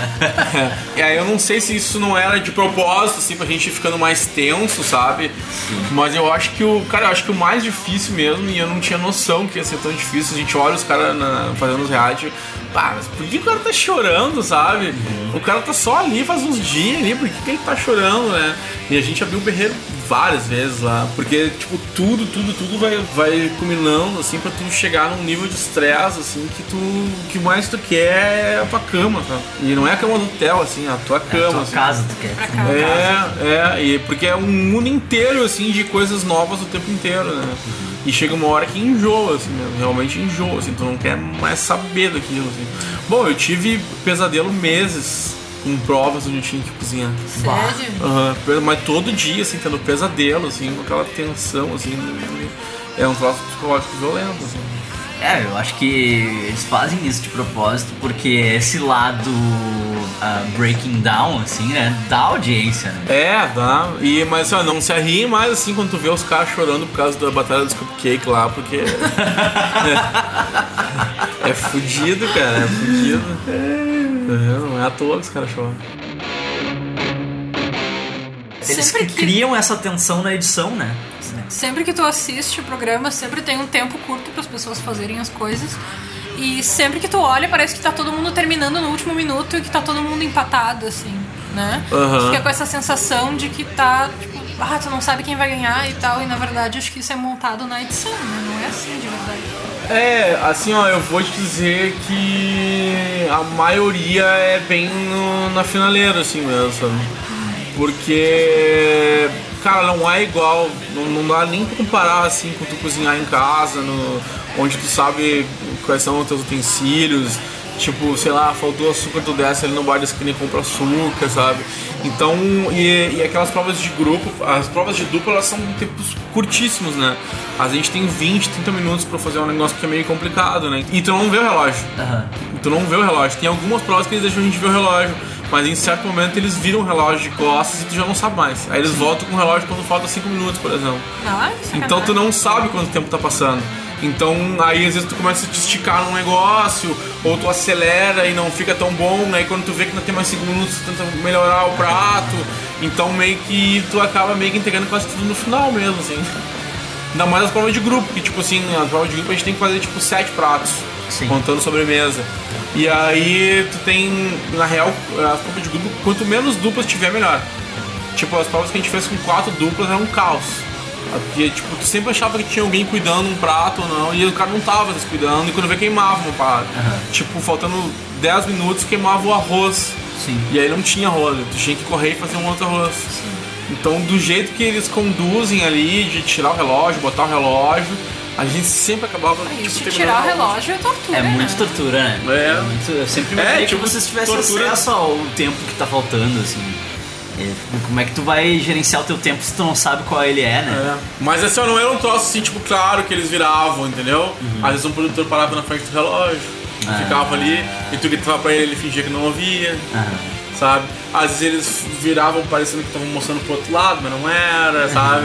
E aí eu não sei se isso não era de propósito, assim, pra gente ir ficando mais tenso, sabe? Mas eu acho que o mais difícil mesmo, e eu não tinha noção que ia ser tão difícil, a gente olha os caras fazendo os reality, mas por que o cara tá chorando, sabe? O cara tá só ali faz uns dias ali, por que ele tá chorando, né? E a gente abriu o berreiro várias vezes lá, porque, tipo, tudo vai culminando, assim, pra tu chegar num nível de estresse, assim, que o que mais tu quer é a tua cama, tá? E não é a cama do hotel, assim, a tua cama. É a tua assim. casa, tu quer. E porque é um mundo inteiro, assim, de coisas novas o tempo inteiro, né? E chega uma hora que enjoa, assim, mesmo, realmente enjoa, assim, tu não quer mais saber daquilo, assim. Bom, eu tive pesadelo meses com provas onde eu tinha que cozinhar. Sério? Mas todo dia, assim, tendo pesadelo, assim, com aquela tensão, assim. É um troço psicológico violento, assim. Eu acho que eles fazem isso de propósito porque esse lado breaking down, assim, né, dá audiência, né? Dá. Mas ó, não se arrie mais, assim, quando tu vê os caras chorando por causa da batalha dos cupcakes lá, porque... é fudido, cara, é fudido. Não é à toa que os caras choram. Eles criam essa tensão na edição, né? Sempre que tu assiste o programa, sempre tem um tempo curto para as pessoas fazerem as coisas. E sempre que tu olha, parece que tá todo mundo terminando no último minuto e que tá todo mundo empatado, assim, né? Tu fica com essa sensação de que tá, tipo, tu não sabe quem vai ganhar e tal. E na verdade, acho que isso é montado na edição, né? Não é assim de verdade. Assim, ó, eu vou te dizer que a maioria é bem na finaleira, assim mesmo, sabe? Porque, cara, não é igual, não dá nem pra comparar, assim, com tu cozinhar em casa, onde tu sabe quais são os teus utensílios. Tipo, sei lá, faltou açúcar, tu desce ali no bar da esquina e compra açúcar, sabe? Então, e aquelas provas de grupo, as provas de dupla, elas são tempos curtíssimos, né? A gente tem 20, 30 minutos pra fazer um negócio que é meio complicado, né? E tu não vê o relógio. Tu não vê o relógio. Tem algumas provas que eles deixam a gente ver o relógio, mas em certo momento eles viram o relógio de costas e tu já não sabe mais. Aí eles voltam com o relógio quando falta 5 minutos, por exemplo. Então tu não sabe quanto tempo tá passando. Então aí às vezes tu começa a te esticar num negócio, ou tu acelera e não fica tão bom, aí quando tu vê que ainda tem mais 5 minutos tu tenta melhorar o prato. Então meio que tu acaba meio que entregando quase tudo no final mesmo, assim. Ainda mais as provas de grupo, que tipo assim, as provas de grupo a gente tem que fazer tipo 7 pratos, contando sobremesa. E aí tu tem, na real, as provas de grupo, quanto menos duplas tiver, melhor. Tipo, as provas que a gente fez com 4 duplas era um caos. Porque, tipo, tu sempre achava que tinha alguém cuidando um prato ou não, e o cara não tava descuidando, e quando vê queimava uma parada. Tipo, faltando 10 minutos queimava o arroz. E aí não tinha arroz, tu tinha que correr e fazer um outro arroz. Então, do jeito que eles conduzem ali, de tirar o relógio, botar o relógio, a gente sempre acabava... Tipo, tirar o relógio é tortura, muito tortura, né? Eu sempre imaginei que vocês tivessem acesso ao tempo que tá faltando, assim. Como é que tu vai gerenciar o teu tempo se tu não sabe qual ele é, né? Mas assim, não era um troço assim, tipo, claro que eles viravam, entendeu? Às vezes um produtor parava na frente do relógio, ficava ali, e tu gritava pra ele fingia que não ouvia, sabe? Às vezes eles viravam parecendo que estavam mostrando pro outro lado, mas não era, sabe?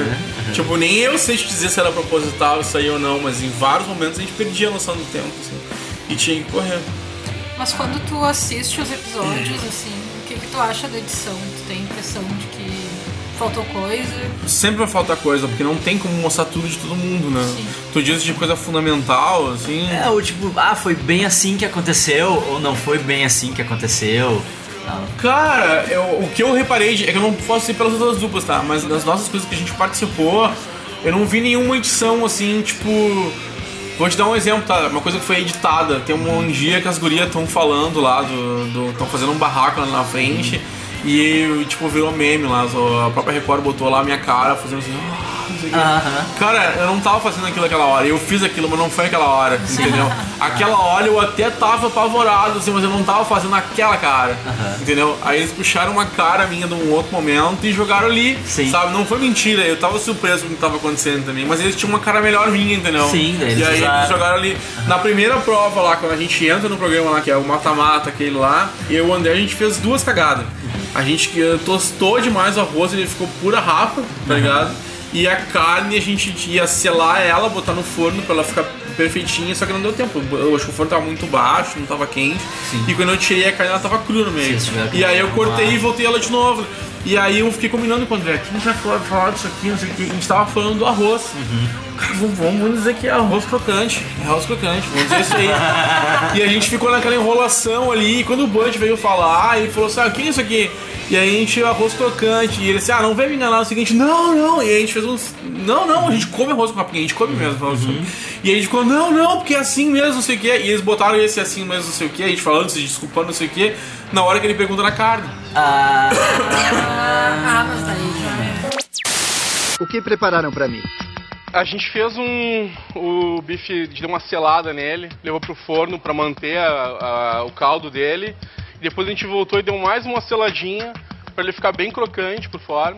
Tipo, nem eu sei te dizer se era proposital isso aí ou não, mas em vários momentos a gente perdia a noção do tempo, assim, e tinha que correr. Mas quando tu assiste os episódios, assim, o que tu acha da edição? Tu tem a impressão de que faltou coisa? Sempre vai faltar coisa, porque não tem como mostrar tudo de todo mundo, né? Sim. Tu diz de coisa fundamental, assim... Ou tipo, foi bem assim que aconteceu, ou não foi bem assim que aconteceu. Não. Cara, o que eu reparei, é que eu não posso ir pelas outras duplas, tá? Mas das nossas coisas que a gente participou, eu não vi nenhuma edição, assim, tipo... Vou te dar um exemplo, tá? Uma coisa que foi editada. Tem um dia que as gurias estão falando lá, estão fazendo um barraco lá na frente. E, tipo, virou meme lá. A própria Record botou lá a minha cara fazendo assim... não sei o quê. Cara, eu não tava fazendo aquilo naquela hora. Eu fiz aquilo, mas não foi aquela hora, entendeu? Aquela hora eu até tava apavorado, assim, mas eu não tava fazendo aquela cara, entendeu? Aí eles puxaram uma cara minha de um outro momento e jogaram ali, sabe? Não foi mentira, eu tava surpreso com o que tava acontecendo também, mas eles tinham uma cara melhor minha, entendeu? Sim, daí e aí eles jogaram ali. Na primeira prova lá, quando a gente entra no programa lá, que é o mata-mata, aquele lá, eu e o André, a gente fez 2 cagadas. A gente tostou demais o arroz, ele ficou pura rapa, tá ligado? E a carne a gente ia selar ela, botar no forno pra ela ficar perfeitinha, só que não deu tempo. Eu acho que o forno tava muito baixo, não tava quente. Sim. E quando eu tirei a carne, ela tava crua no meio. E aí eu cortei e voltei ela de novo. E aí eu fiquei combinando com o André, quem já falou disso aqui, não sei o que. A gente tava falando do arroz. Cara, vamos dizer que é arroz crocante. Vamos dizer isso aí. E a gente ficou naquela enrolação ali. E quando o Bud veio falar, ele falou assim: o que é isso aqui? E aí a gente arroz crocante. E ele disse: não vem me enganar. É o seguinte, não. E aí a gente fez uns. Não, a gente come arroz com rapinha, a gente come mesmo. E aí a gente ficou: não, porque é assim mesmo, não sei o que. E eles botaram esse assim mesmo, não sei o que. A gente falando, se desculpando, não sei o que. Na hora que ele pergunta na carne. Mas daí já O que prepararam pra mim? A gente fez o bife, deu uma selada nele, levou pro forno pra manter o caldo dele. E depois a gente voltou e deu mais uma seladinha pra ele ficar bem crocante por fora.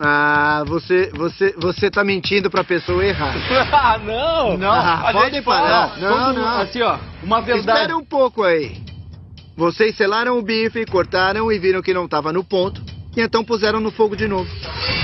Você tá mentindo pra pessoa errada. Não! Pode parar. Não. Assim, ó, uma verdade. Espera um pouco aí. Vocês selaram o bife, cortaram e viram que não tava no ponto. E então puseram no fogo de novo.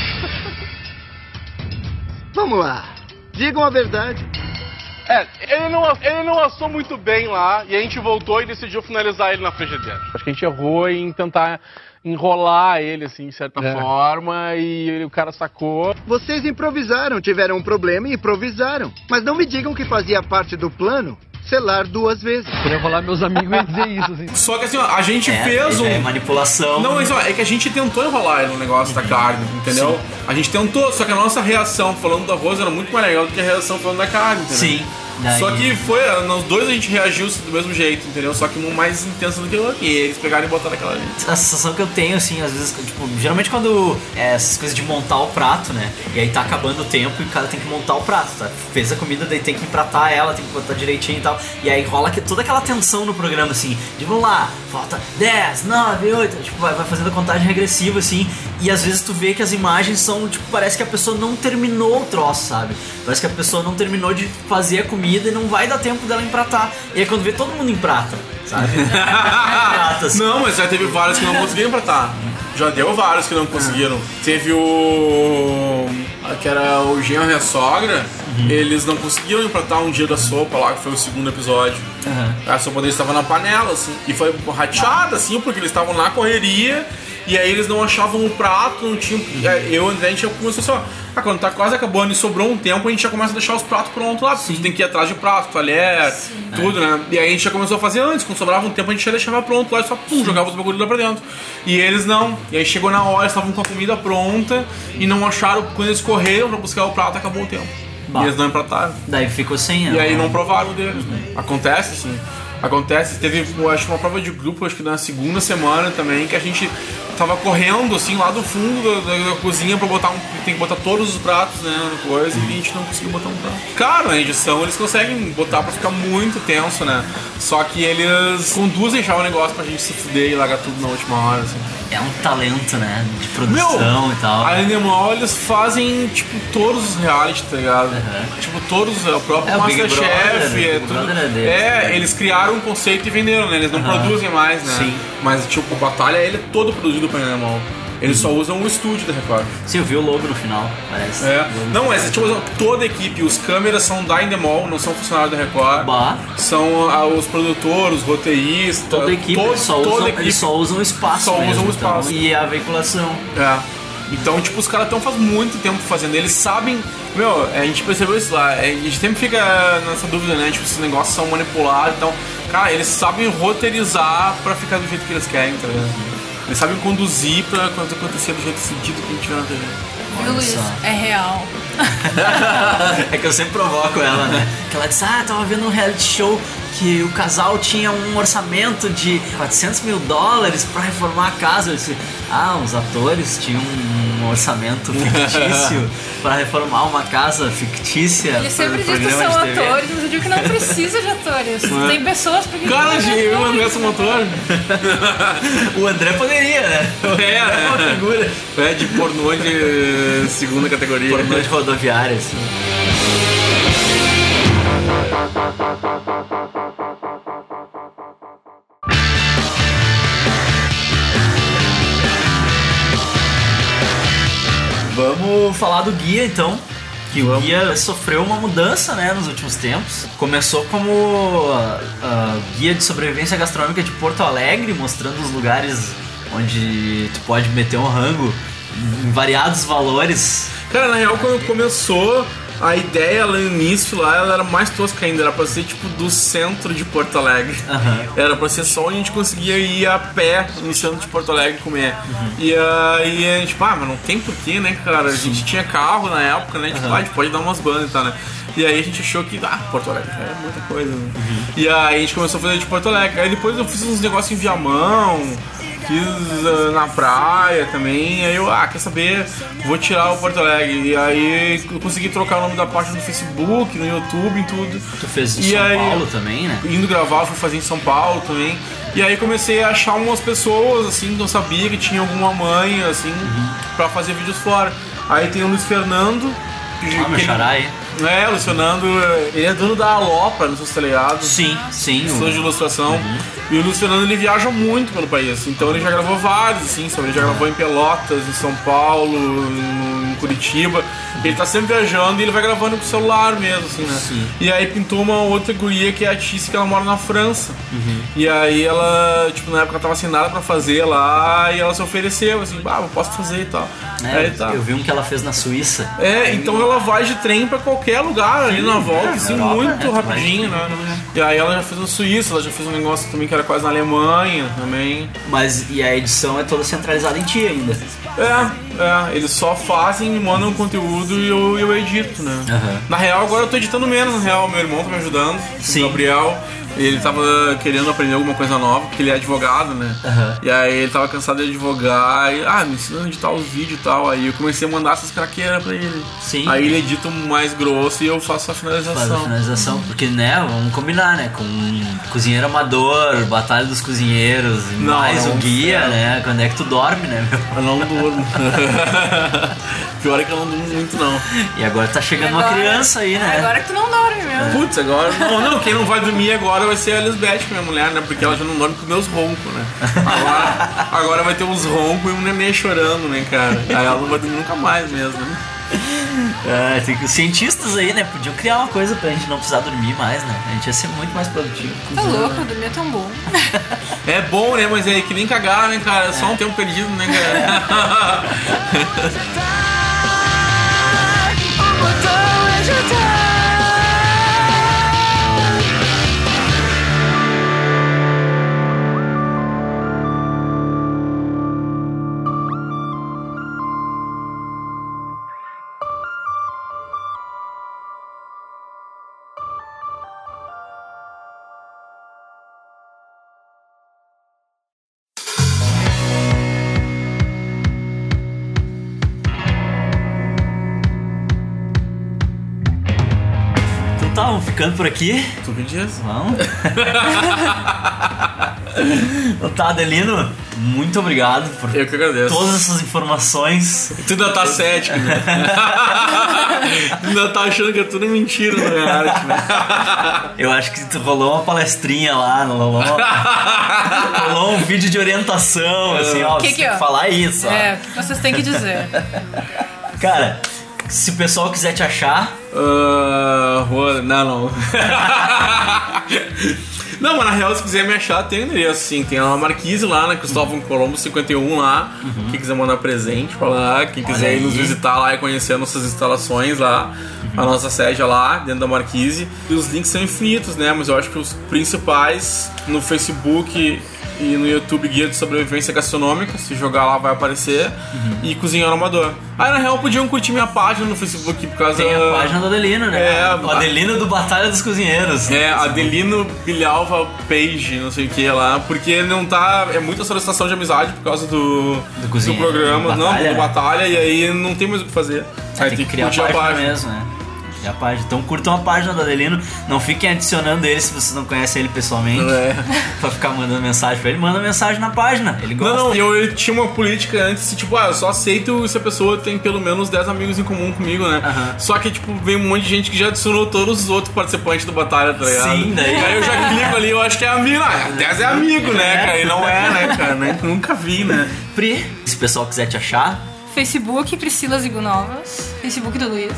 Vamos lá. Digam a verdade. Ele não assou muito bem lá, e a gente voltou e decidiu finalizar ele na frigideira. Acho que a gente errou em tentar enrolar ele, assim, de certa forma, e o cara sacou. Vocês improvisaram, tiveram um problema e improvisaram. Mas não me digam que fazia parte do plano selar 2 vezes. Queria enrolar meus amigos e dizer isso, assim. Só que assim, ó, a gente fez É manipulação. Não, mas ó, é que a gente tentou enrolar no negócio da carne, entendeu? Sim. A gente tentou, só que a nossa reação falando do arroz era muito mais legal do que a reação falando da carne, entendeu? Sim. Daí... Só que nos dois a gente reagiu do mesmo jeito, entendeu? Só que um mais intenso do que o outro. E eles pegaram e botaram aquela ali. A sensação que eu tenho, assim, às vezes, tipo, geralmente quando essas coisas de montar o prato, né? E aí tá acabando o tempo e o cara tem que montar o prato, tá? Fez a comida, daí tem que empratar ela, tem que botar direitinho e tal. E aí rola toda aquela tensão no programa, assim, de vamos lá, falta 10, 9, 8, tipo, vai fazendo a contagem regressiva, assim. E às vezes tu vê que as imagens são, tipo, parece que a pessoa não terminou o troço, sabe? Parece que a pessoa não terminou de fazer a comida e não vai dar tempo dela empratar. E aí quando vê, todo mundo emprata, sabe? Emprata, assim. Não, mas já teve vários que não conseguiram empratar. Já deu vários que não conseguiram. Teve que era o genro e a sogra. Eles não conseguiram empratar um dia da sopa lá, que foi o 2º episódio. A sopa deles estava na panela, assim. E foi rateada, assim, porque eles estavam na correria. E aí eles não achavam o prato, não tinham. Eu e o André, a gente já começou assim, ó. Quando tá quase acabando e sobrou um tempo, a gente já começa a deixar os pratos prontos lá. Porque tem que ir atrás de prato, talher, tudo, né? E aí a gente já começou a fazer antes. Quando sobrava um tempo, a gente já deixava pronto lá e só jogava os bagulhos lá pra dentro. E eles não. E aí chegou na hora, eles estavam com a comida pronta e não acharam. Quando eles correram pra buscar o prato, acabou o tempo. E eles não emprataram. Daí ficou sem. E aí não provaram deles, né? Acontece, assim. Acontece, teve, eu acho, uma prova de grupo, acho que na 2ª semana também, que a gente tava correndo, assim, lá do fundo da cozinha pra botar tem que botar todos os pratos, né, na coisa, e a gente não conseguiu botar um prato. Cara, na edição eles conseguem botar pra ficar muito tenso, né, só que eles conduzem já o negócio pra gente se fuder e largar tudo na última hora, assim. É um talento, né, de produção e tal. A Endemol, eles fazem, tipo, todos os reality, tá ligado? Tipo, todos, o próprio Masterchef, tudo. Eles criaram um conceito e venderam, né? Eles não produzem mais, né? Sim. Mas, tipo, Batalha, ele é todo produzido pela Endemol. Eles só usam o estúdio da Record. Sim, eu vi o logo no final, parece. Não, mas tipo, toda a equipe, os câmeras são da Endemol, não são funcionários da Record. São os produtores, os roteiristas. Toda a equipe, eles só usam o espaço. Só usam o espaço. E a veiculação. Então, tipo, os caras estão faz muito tempo fazendo. Eles sabem. A gente percebeu isso lá. A gente sempre fica nessa dúvida, né? Tipo, esses negócios são manipulados. Então, cara, eles sabem roteirizar pra ficar do jeito que eles querem, tá ligado? Eles sabem conduzir pra acontecer do jeito sentido que a gente vê na TV. Viu, Luiz? É real. É que eu sempre provoco ela, né? Que ela disse, tava vendo um reality show que o casal tinha um orçamento de $400 mil pra reformar a casa. Eu disse, os atores tinham um orçamento fictício pra reformar uma casa fictícia. Ele sempre diz que são atores, mas eu digo que não precisa de atores. Tem pessoas porque... Cara, o André é um ator. O André poderia, né? É uma figura. De pornô de segunda categoria. Pornô de rodoviária, assim. Vamos falar do guia, então. Que o guia sofreu uma mudança, né, nos últimos tempos. Começou como guia de sobrevivência gastronômica de Porto Alegre, mostrando os lugares onde tu pode meter um rango em variados valores. Cara, na real, quando começou, a ideia lá no início, ela era mais tosca ainda. Era pra ser tipo do centro de Porto Alegre. Era pra ser só onde a gente conseguia ir a pé no centro de Porto Alegre comer. E aí a gente, mas não tem porquê, né, cara? A gente tinha carro na época, né? A gente pode dar umas bandas e tal, né? E aí a gente achou que, Porto Alegre é muita coisa, né? E aí a gente começou a fazer de Porto Alegre. Aí depois eu fiz uns negócios em Viamão, fiz na praia também. Aí eu, quer saber, vou tirar o Porto Alegre. E aí eu consegui trocar o nome da página no Facebook, no YouTube, em tudo. Tu fez em São Paulo também, né? Indo gravar, fui fazer em São Paulo também. E aí comecei a achar umas pessoas, assim, que eu sabia que tinha alguma mãe, assim, pra fazer vídeos fora. Aí tem o Luiz Fernando. Meu xará aí. O Luiz Fernando, ele é dono da Alopra, não sei se tá ligado. Sim. Estúdio de ilustração. E o Luiz Fernando, ele viaja muito pelo país. Então ele já gravou vários, assim, sabe? Ele já gravou em Pelotas, em São Paulo, em Curitiba. Ele tá sempre viajando e ele vai gravando com o celular mesmo, assim, né? Sim. E aí pintou uma outra guria que é a Tice, que ela mora na França. E aí ela, tipo, na época ela tava sem nada pra fazer lá e ela se ofereceu, assim, eu posso fazer e tal. Eu vi um que ela fez na Suíça. Então ela vai de trem pra qualquer lugar ali na volta, assim, Europa, muito rapidinho, né? E aí ela já fez na Suíça, ela já fez um negócio também que era quase na Alemanha também. E a edição é toda centralizada em ti ainda. Eles só fazem, me mandam o conteúdo e eu edito, né? Na real, agora eu tô editando menos, na real, meu irmão tá me ajudando, o Gabriel. Ele tava querendo aprender alguma coisa nova, porque ele é advogado, né? E aí ele tava cansado de advogar e, me ensina a editar os vídeos e tal. Aí eu comecei a mandar essas craqueiras pra ele. Sim. Aí ele edita um mais grosso e eu faço a finalização. Faz a finalização, porque, né, vamos combinar, né? Com Cozinheiro Amador, Batalha dos Cozinheiros, mais o guia, né? Quando é que tu dorme, né, meu? Eu não durmo. Pior é que eu não durmo muito, não. E agora tá chegando uma criança aí, né? Agora que tu não dorme mesmo. Putz, agora... Não, quem não vai dormir agora vai ser a Lisbeth, minha mulher, né? Porque ela já não dorme com meus roncos, né? Agora vai ter uns roncos e um neném chorando, né, cara? Aí ela não vai dormir nunca mais mesmo, né? Tem que os cientistas aí, né? Podiam criar uma coisa pra gente não precisar dormir mais, né? A gente ia ser muito mais produtivo. Tá louco, dormir é tão bom. É bom, né? Mas é que nem cagar, né, cara? É só um tempo perdido, né, cara? Vamos ficando por aqui. Tu me diz? Vamos. Tá, Adelino, muito obrigado por Eu que agradeço. todas essas informações. Tu ainda tá cético, né? Tu ainda tá achando que é tudo mentira na minha arte, né? Eu acho que rolou uma palestrinha lá, rolou um vídeo de orientação, assim, ó, você tem que falar isso, ó. O que vocês têm que dizer? Cara, se o pessoal quiser te achar... Não. Não, mas na real, se quiser me achar, tem endereço, sim. Tem lá na Marquise, lá na Cristóvão Colombo 51 lá. Quem quiser mandar presente pra lá, quem quiser ir nos visitar lá e conhecer nossas instalações lá, a nossa sede é lá, dentro da Marquise. E os links são infinitos, né? Mas eu acho que os principais no Facebook e no YouTube, Guia de Sobrevivência Gastronômica, se jogar lá vai aparecer, e Cozinheiro Amador. Aí na real podiam curtir minha página no Facebook por causa... Tem a página do Adelino, né? O Adelino do Batalha dos Cozinheiros. Adelino Bilhalva Page, não sei o que lá, porque não tá... É muita solicitação de amizade por causa do programa, do Batalha, e aí não tem mais o que fazer. Aí tem que criar a página mesmo, né? A página. Então curtam a página do Adelino. Não fiquem adicionando ele se vocês não conhecem ele pessoalmente. Pra ficar mandando mensagem pra ele. Manda mensagem na página. Ele gosta. Não, eu tinha uma política antes, tipo, eu só aceito se a pessoa tem pelo menos 10 amigos em comum comigo, né? Só que, tipo, vem um monte de gente que já adicionou todos os outros participantes do Batalha, tá ligado? Sim, daí. Aí eu já clico ali, eu acho que é amigo. 10 é amigo, né, cara? E não é, né, cara? Nunca vi, né? Pri, se o pessoal quiser te achar. Facebook, Priscila Zigunovas. Facebook do Luiz.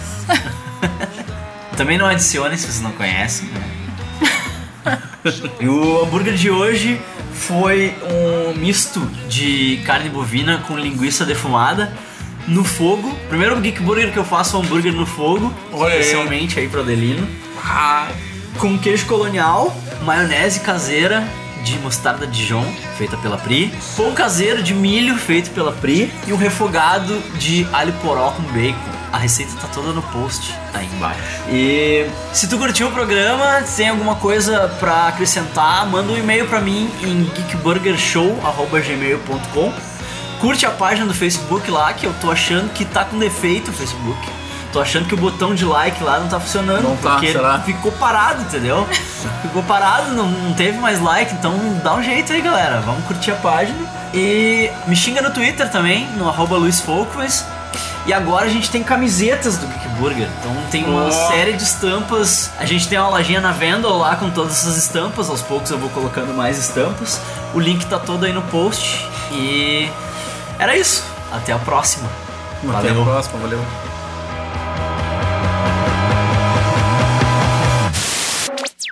Também não adicione se vocês não conhecem, né? E o hambúrguer de hoje foi um misto de carne bovina com linguiça defumada no fogo. Primeiro Geek Burger que eu faço um hambúrguer no fogo, especialmente aí pro Adelino. Com queijo colonial, maionese caseira de mostarda Dijon, feita pela Pri, pão caseiro de milho, feito pela Pri, e um refogado de alho poró com bacon. A receita tá toda no post aí embaixo. E se tu curtiu o programa, tem alguma coisa pra acrescentar, manda um e-mail pra mim em geekburgershow@gmail.com. Curte a página do Facebook lá, que eu tô achando que tá com defeito o Facebook. Tô achando que o botão de like lá não tá funcionando, não tá, porque será? Ficou parado, entendeu? Ficou parado, não teve mais like, então dá um jeito aí, galera. Vamos curtir a página. E me xinga no Twitter também, no @LuizFolkways. E agora a gente tem camisetas do Geek Burger. Então tem uma série de estampas. A gente tem uma lojinha na Vendel lá com todas essas estampas. Aos poucos eu vou colocando mais estampas. O link tá todo aí no post. E era isso. Até a próxima. Até a próxima, valeu.